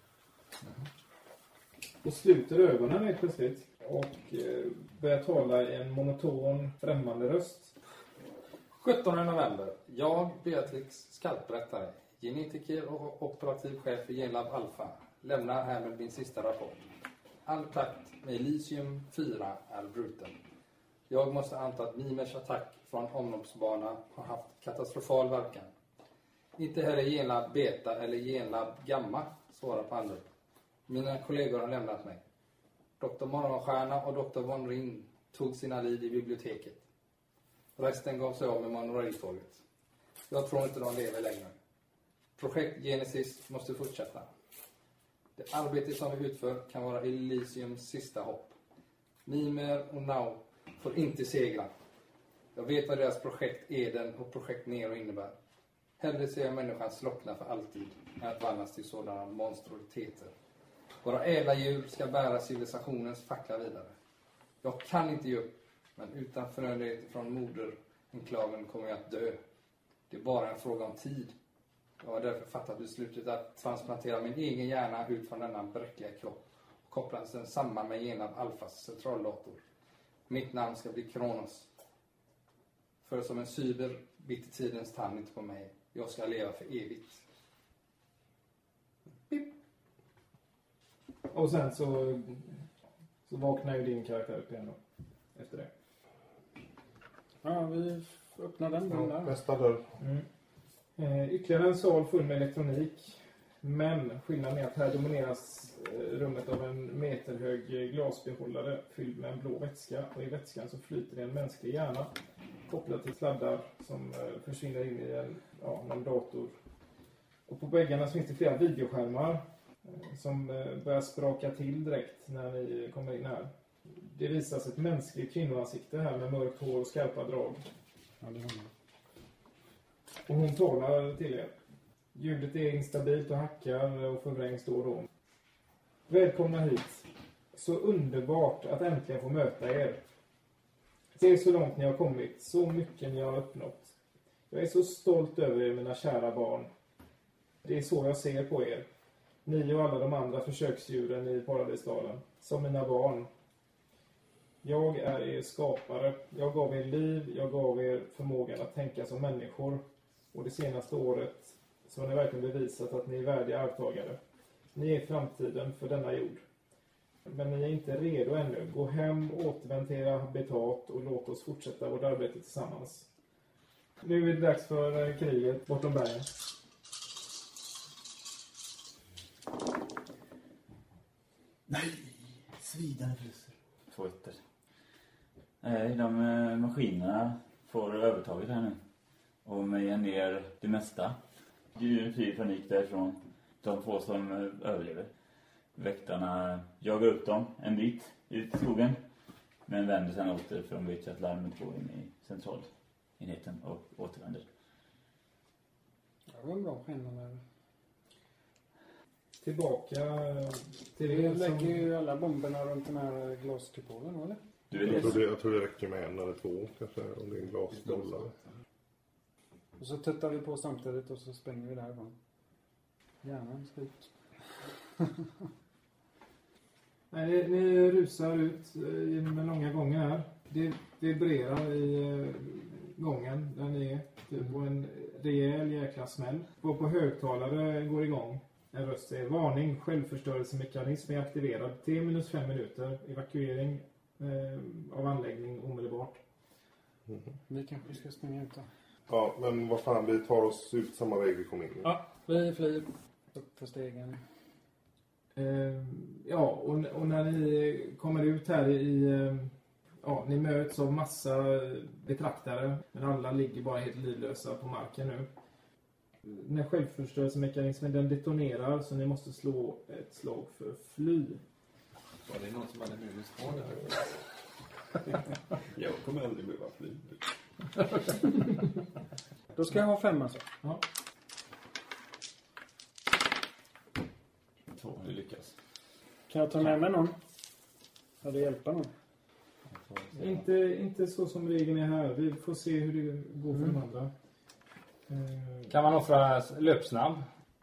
Och sluter ögonen helt plötsligt. Och eh, börjar tala i en monoton, främmande röst. sjuttonde november. Jag, Beatrix, skalprättare, genetiker och operativ chef för Genlab Alpha, lämnar här med min sista rapport. All takt med Elysium fyra är bruten. Jag måste anta att Mimers attack från omloppsbana har haft katastrofal verkan. Inte heller Genlab Beta eller Genlab Gamma svarar på andra. Mina kollegor har lämnat mig. doktor Morgonstjärna och doktor Von Ring tog sina liv i biblioteket. Resten gav sig av med monorailtåget. Jag tror inte de lever längre. Projekt Genesis måste fortsätta. Det arbete som vi utför kan vara Elysiums sista hopp. Mimer och Now får inte segra. Jag vet vad deras projekt Eden och projekt Nero innebär. Hellre ser jag människan slockna för alltid än att vandras till sådana monstrositeter. Våra ädla djur ska bära civilisationens fackla vidare. Jag kan inte ge upp, men utan förnödenhet från moderenklaven kommer jag att dö. Det är bara en fråga om tid. Jag har därför fattat beslutet att transplantera min egen hjärna ut från denna bräckliga kropp och koppla den samman med Genlab Alphas centraldator. Mitt namn ska bli Kronos. För som en cyber biter tidens tand inte på mig. Jag ska leva för evigt. Pip. Och sen så, så vaknar ju din karaktär upp igen då. Efter det. Ja, vi öppnar den Ja, där. nästa dörr. Mm. Eh, ytterligare en sal full med elektronik. Men skillnaden är att här domineras eh, rummet av en meterhög glasbehållare fylld med en blå vätska. Och i vätskan så flyter det en mänsklig hjärna kopplad till sladdar som eh, försvinner in i en, ja, någon dator. Och på väggarna så finns det flera videoskärmar eh, som eh, börjar spraka till direkt när ni kommer in här. Det visas ett mänskligt kvinnoansikte här med mörkt hår och skarpa drag. Ja, det har man. Och hon talar till er. Ljudet är instabilt och hackar och förvrängs då och då. Välkomna hit. Så underbart att äntligen få möta er. Se så långt ni har kommit, så mycket ni har uppnått. Jag är så stolt över er, mina kära barn. Det är så jag ser på er. Ni och alla de andra försöksdjuren i Paradisdalen. Som mina barn. Jag är er skapare. Jag gav er liv, jag gav er förmågan att tänka som människor. Och det senaste året så har ni verkligen bevisat att ni är värdiga arvtagare. Ni är framtiden för denna jord. Men ni är inte redo ännu. Gå hem, återvänd till era habitat och låt oss fortsätta vårt arbete tillsammans. Nu är det dags för kriget bortom bergen. Nej, svidande frusser. Två ettor. Nej, de eh, maskinerna får övertaget här nu. Och mejar ner det mesta. Djuren flyr i panik därifrån. De två som eh, överlever. Väktarna jagar upp dem en bit ut i skogen. Men vänder sedan åter för de vet att larmet går in i centralenheten och återvänder. Det var en bra skillnad. Tillbaka till Vi det lägger som... ju alla bomberna runt den här glaskupolen, eller? Du är Jag tror, det. det, jag tror det räcker med en eller två kanske, om det är en glasbollar. Och så tuttar vi på samtidigt och så springer vi därifrån. Hjärnan ska ut. Nej, ni, ni rusar ut eh, genom den långa gången här. Det vibrerar i eh, gången där ni är. Typ på en rejäl jäkla smäll. På, på högtalare går igång. En röst säger varning, självförstörelsemekanism är aktiverad. T minus fem minuter. Evakuering eh, av anläggning omedelbart. Mm. Vi kanske ska springa ut då. Ja, men vad fan, vi tar oss ut samma väg vi kom in. Ja, vi flyr upp för stegen. Eh, ja, och, och när ni kommer ut här i... Eh, ja, ni möts av massa betraktare. Men alla ligger bara helt livlösa på marken nu. När självförstörelsemekanismen den detonerar så ni måste slå ett slag för fly. Var det någon som hade mulis kvar där? Jag kommer aldrig behöva fly. Då ska jag ha fem alltså. Ja. Två, du lyckas. Kan jag ta med mig någon? Ja, det hjälper någon. Inte, inte så som regeln är här. Vi får se hur det går för mm. de andra. Eh, Kan man offra löpsnabb?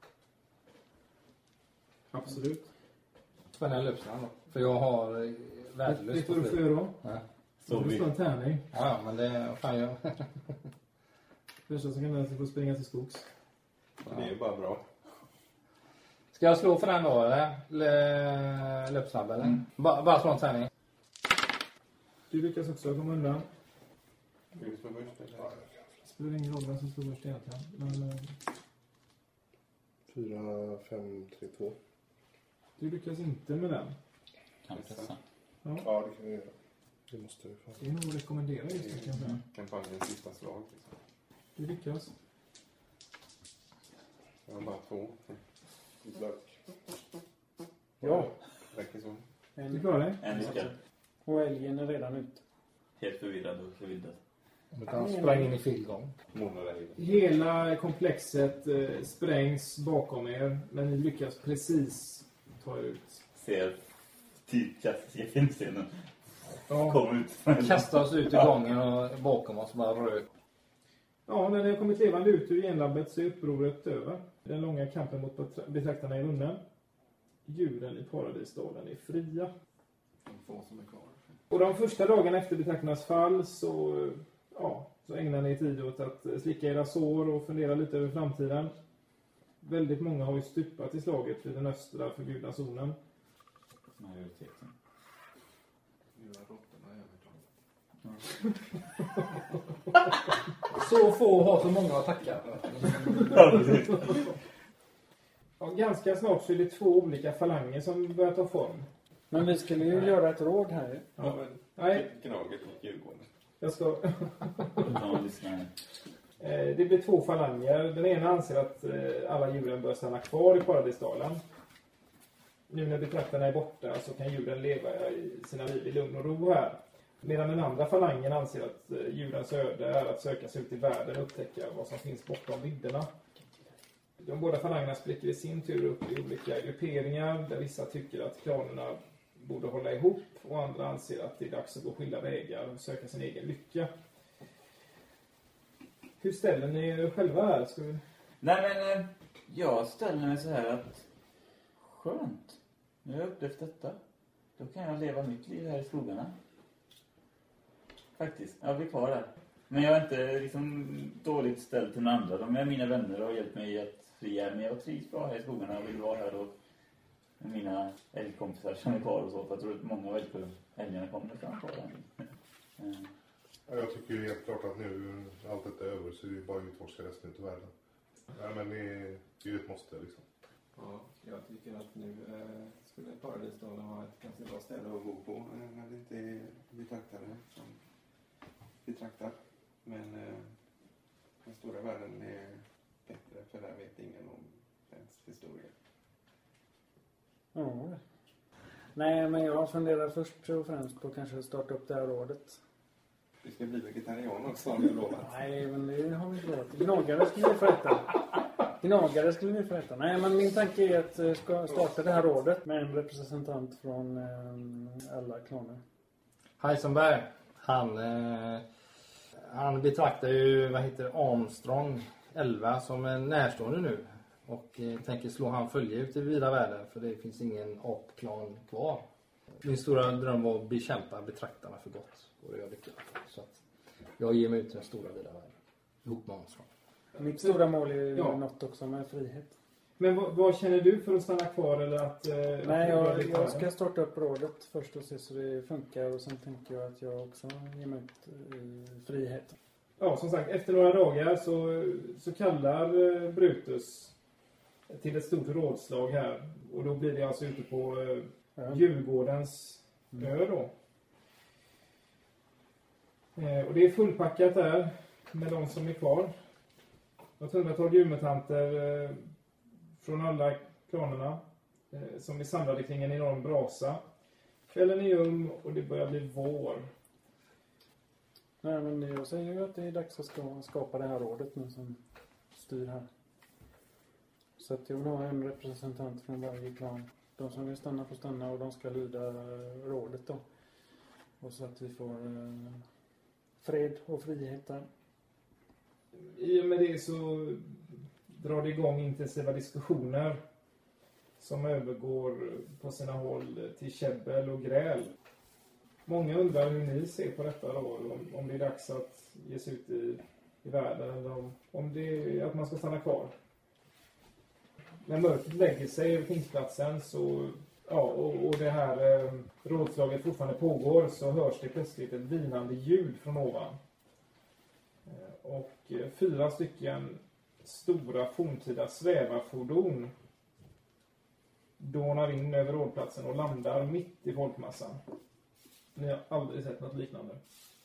absolut. Spänna löpsnabb då. För jag har eh, värdelöst. Vet du vad du får göra då? Ja. Så du slår en tärning. Ja, men det vad fan jag. Första som kan läsa får springa till skogs. Ja. Det är ju bara bra. Ska jag slå för den då eller? L- löpsnabb eller? Mm. Ba- bara slå en tärning. Du lyckas också komma undan. Vill du slå först eller? Det spelar ingen roll vem som slår först egentligen. Men eh, Fyra, fem, tre, två. du lyckas inte med den. Kan pressa. Ja. Ja, det kan vi göra. Det måste vi fan. Det är nog att rekommendera just det kanske. Mm. Kampanjens sista slag. Liksom. Du lyckas. Jag har bara två. Tack. Ja. Räcker så. Du klarar dig. En lyckad. Och älgen är redan ute. Helt förvirrad och förvildad. Han sprang in i filgång. Månader i. Hela komplexet eh, sprängs bakom er. Men ni lyckas precis ta er ut. Ser typ klassiska filmscenen. Ja. Kom ut. Kastar oss ut i gången och bakom oss bara rök. Ja, när ni har kommit levande ut ur genlabbet så är upproret över. Den långa kampen mot betra- betraktarna är vunnen. Djuren i paradisdalen är fria. De få som är kvar. Och de första dagarna efter betraktarnas fall så, ja, så ägnar ni tid åt att slicka era sår och fundera lite över framtiden. Väldigt många har ju stupat i slaget vid den östra förbjudna zonen. Majoriteten. Nu är råttorna övertaget. Så få har så många att tacka. Ja, ganska snart så är det två olika falanger som börjar ta form. Men vi skulle ju göra ett råd här. Ja, men Nej, Gnaget och Djurgården. jag ska... Ja, lyssna. Eh, Det blir två falanger. Den ena anser att eh, alla djuren bör stanna kvar i paradisdalen. Nu när betraktarna är borta så kan djuren leva i sina liv i lugn och ro här. Medan den andra falangen anser att eh, djurens öde är att söka sig ut i världen och upptäcka vad som finns bortom vidderna. De båda falangerna spricker i sin tur upp i olika grupperingar där vissa tycker att klanerna borde hålla ihop och andra anser att det är dags att gå skilda vägar och söka sin egen lycka. Hur ställer ni er själva här? Ska vi... Nej men, eh, jag ställer mig så här att skönt. Nu har jag upplevt detta. Då kan jag leva mitt liv här i skogarna. Faktiskt, jag blir kvar där. Men jag är inte liksom dåligt ställd till några andra. De är mina vänner och har hjälpt mig att fria. Men jag trivs bra här i skogarna och vill vara här och med mina älgkompisar som är kvar och så. För jag tror att många av älgarna kommer fram kvar där. Mm. Ja, jag tycker ju helt klart att nu allt detta är över så är det bara utforska resten av världen. Ja, men det är, det är ju ett måste liksom. Ja, jag tycker att nu eh, skulle Paradisdalen ha ett ganska bra ställe att bo på eh, när det inte är betraktare som betraktar. Men eh, den stora världen är bättre för där vet ingen om ens historia. Ja. Nej, men jag funderar först och främst på kanske starta upp det här rådet. Du ska bli vegetarian också har du lovat. Nej, men det har vi inte lovat. Gnagare skulle vi få äta. Gnagare skulle vi få äta. Nej, men min tanke är att eh, ska starta det här rådet med en representant från eh, alla klaner. Heisenberg, han, eh, han betraktar ju, vad heter Armstrong elva som en närstående nu. Och eh, tänker slå han följe ut i vida världen, för det finns ingen apklan kvar. Min stora dröm var att bekämpa betraktarna för gott. Och jag lyckades. Så att jag ger mig ut till den stora vida världen. Ihop med Armstrong. Mitt stora mål är ju Ja. något också med frihet. Men vad, vad känner du för att stanna kvar eller att... Eh, Nej, att jag, jag ska starta upp rådet först och se så det funkar. Och sen tänker jag att jag också ger mig ut i frihet. Ja, som sagt, efter några dagar så, så kallar eh, Brutus till ett stort rådslag här. Och då blir det alltså ute på eh, Ja. Djurgårdens ö då. Eh, och det är fullpackat där med de som är kvar. Jag tror att har djurmutanter eh, från alla klanerna eh, som är samlade kring en enorm brasa. Kvällen är ljum och det börjar bli vår. Nej, men jag säger ju att det är dags att ska, skapa det här rådet nu som styr här. Så att jag vill ha en representant från varje klan. De som vill stanna får stanna och de ska lyda eh, rådet då. Och så att vi får eh, fred och frihet där. I och med det så drar det igång intensiva diskussioner som övergår på sina håll till käbbel och gräl. Många undrar hur ni ser på detta då, om, om det är dags att ge sig ut i, i världen eller om, om det är att man ska stanna kvar. När mörkret lägger sig över tingsplatsen så, ja, och, och det här eh, rådslaget fortfarande pågår så hörs det plötsligt ett vinande ljud från ovan. Eh, och eh, fyra stycken stora forntida svävarfordon dånar in över rådplatsen och landar mitt i folkmassan. Ni har aldrig sett något liknande.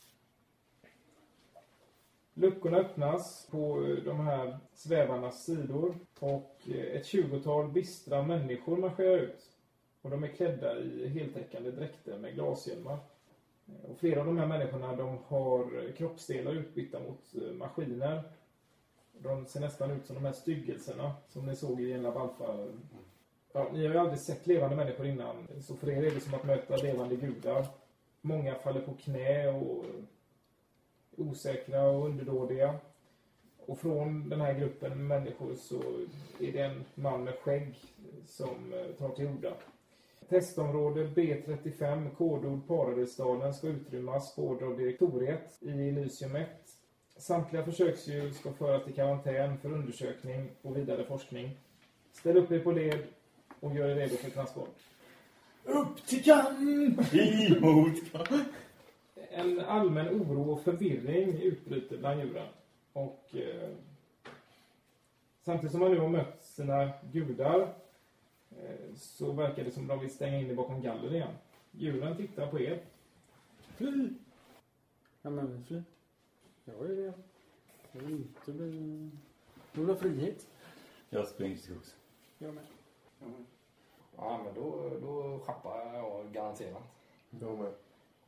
Luckorna öppnas på de här svävarnas sidor och ett tjugotal bistra människor marscherar ut. Och de är klädda i heltäckande dräkter med glashjälmar. Och flera av de här människorna de har kroppsdelar utbytta mot maskiner. De ser nästan ut som de här styggelserna som ni såg i en Labalfa. Ja, ni har ju aldrig sett levande människor innan. Så för er är det som att möta levande gudar. Många faller på knä och osäkra och underdådiga. Och från den här gruppen människor så är det en man med skägg som tar till orda. Testområde B trettiofem, kodord Paradisdalen, ska utrymmas på order av direktoriet i Elysium ett. Samtliga försöksdjur ska föras till karantän för undersökning och vidare forskning. Ställ upp er på led och gör er redo för transport. Upp till kamp! Emot kamp! En allmän oro och förvirring utbryter bland djuren. Och eh, samtidigt som man nu har mött sina gudar eh, så verkar det som att de vill stänga in det bakom galler igen. Djuren tittar på er. Fly! Ja, men vi fly. Jag är det. Jag vill inte bli... Jag vill ha frihet. Jag springer till skogs. Jag med. Ja, men då, då schappar jag garanterat. Jag med.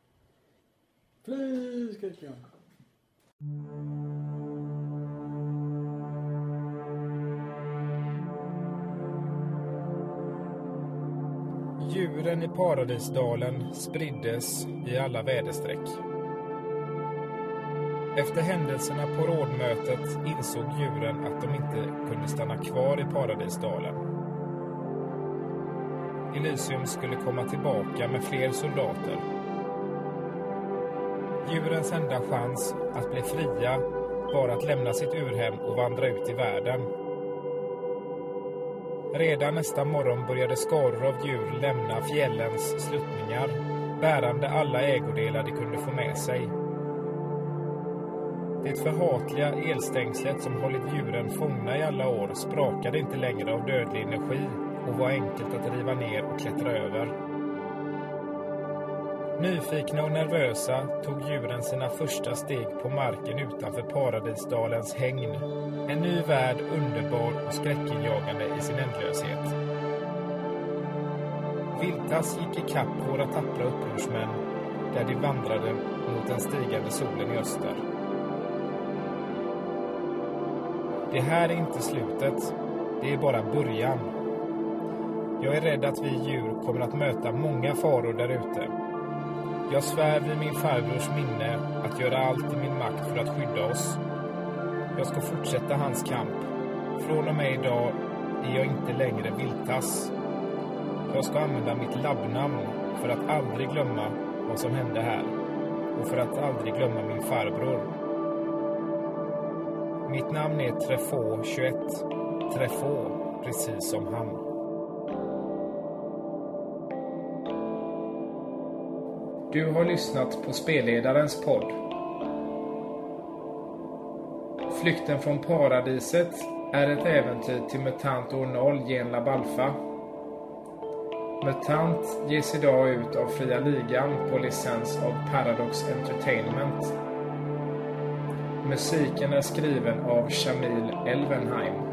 Fly, skriker jag. Djuren i Paradisdalen spriddes i alla väderstreck. Efter händelserna på rådmötet insåg djuren att de inte kunde stanna kvar i Paradisdalen. Elysium skulle komma tillbaka med fler soldater. Djurens enda chans att bli fria var att lämna sitt urhem och vandra ut i världen. Redan nästa morgon började skaror av djur lämna fjällens sluttningar, bärande alla ägodelar de kunde få med sig. Det förhatliga elstängslet som hållit djuren fångna i alla år sprakade inte längre av dödlig energi och var enkelt att riva ner och klättra över. Nyfikna och nervösa tog djuren sina första steg på marken utanför Paradisdalens hägn. En ny värld, underbar och skräckinjagande i sin ändlöshet. Viltas gick i kapp våra tappra upprorsmän där de vandrade mot den stigande solen i öster. Det här är inte slutet, det är bara början. Jag är rädd att vi djur kommer att möta många faror där ute. Jag svär vid min farbrors minne att göra allt i min makt för att skydda oss. Jag ska fortsätta hans kamp. Från och med idag är jag inte längre Viltas. Jag ska använda mitt labbnamn för att aldrig glömma vad som hände här. Och för att aldrig glömma min farbror. Mitt namn är Trefå tjugoett. Trefå, precis som han. Du har lyssnat på Spelledarens podd. Flykten från paradiset är ett äventyr till MUTANT år noll gen Lab Alpha. MUTANT ges idag ut av Fria Ligan på licens av Paradox Entertainment. Musiken är skriven av Shamil Elvenheim.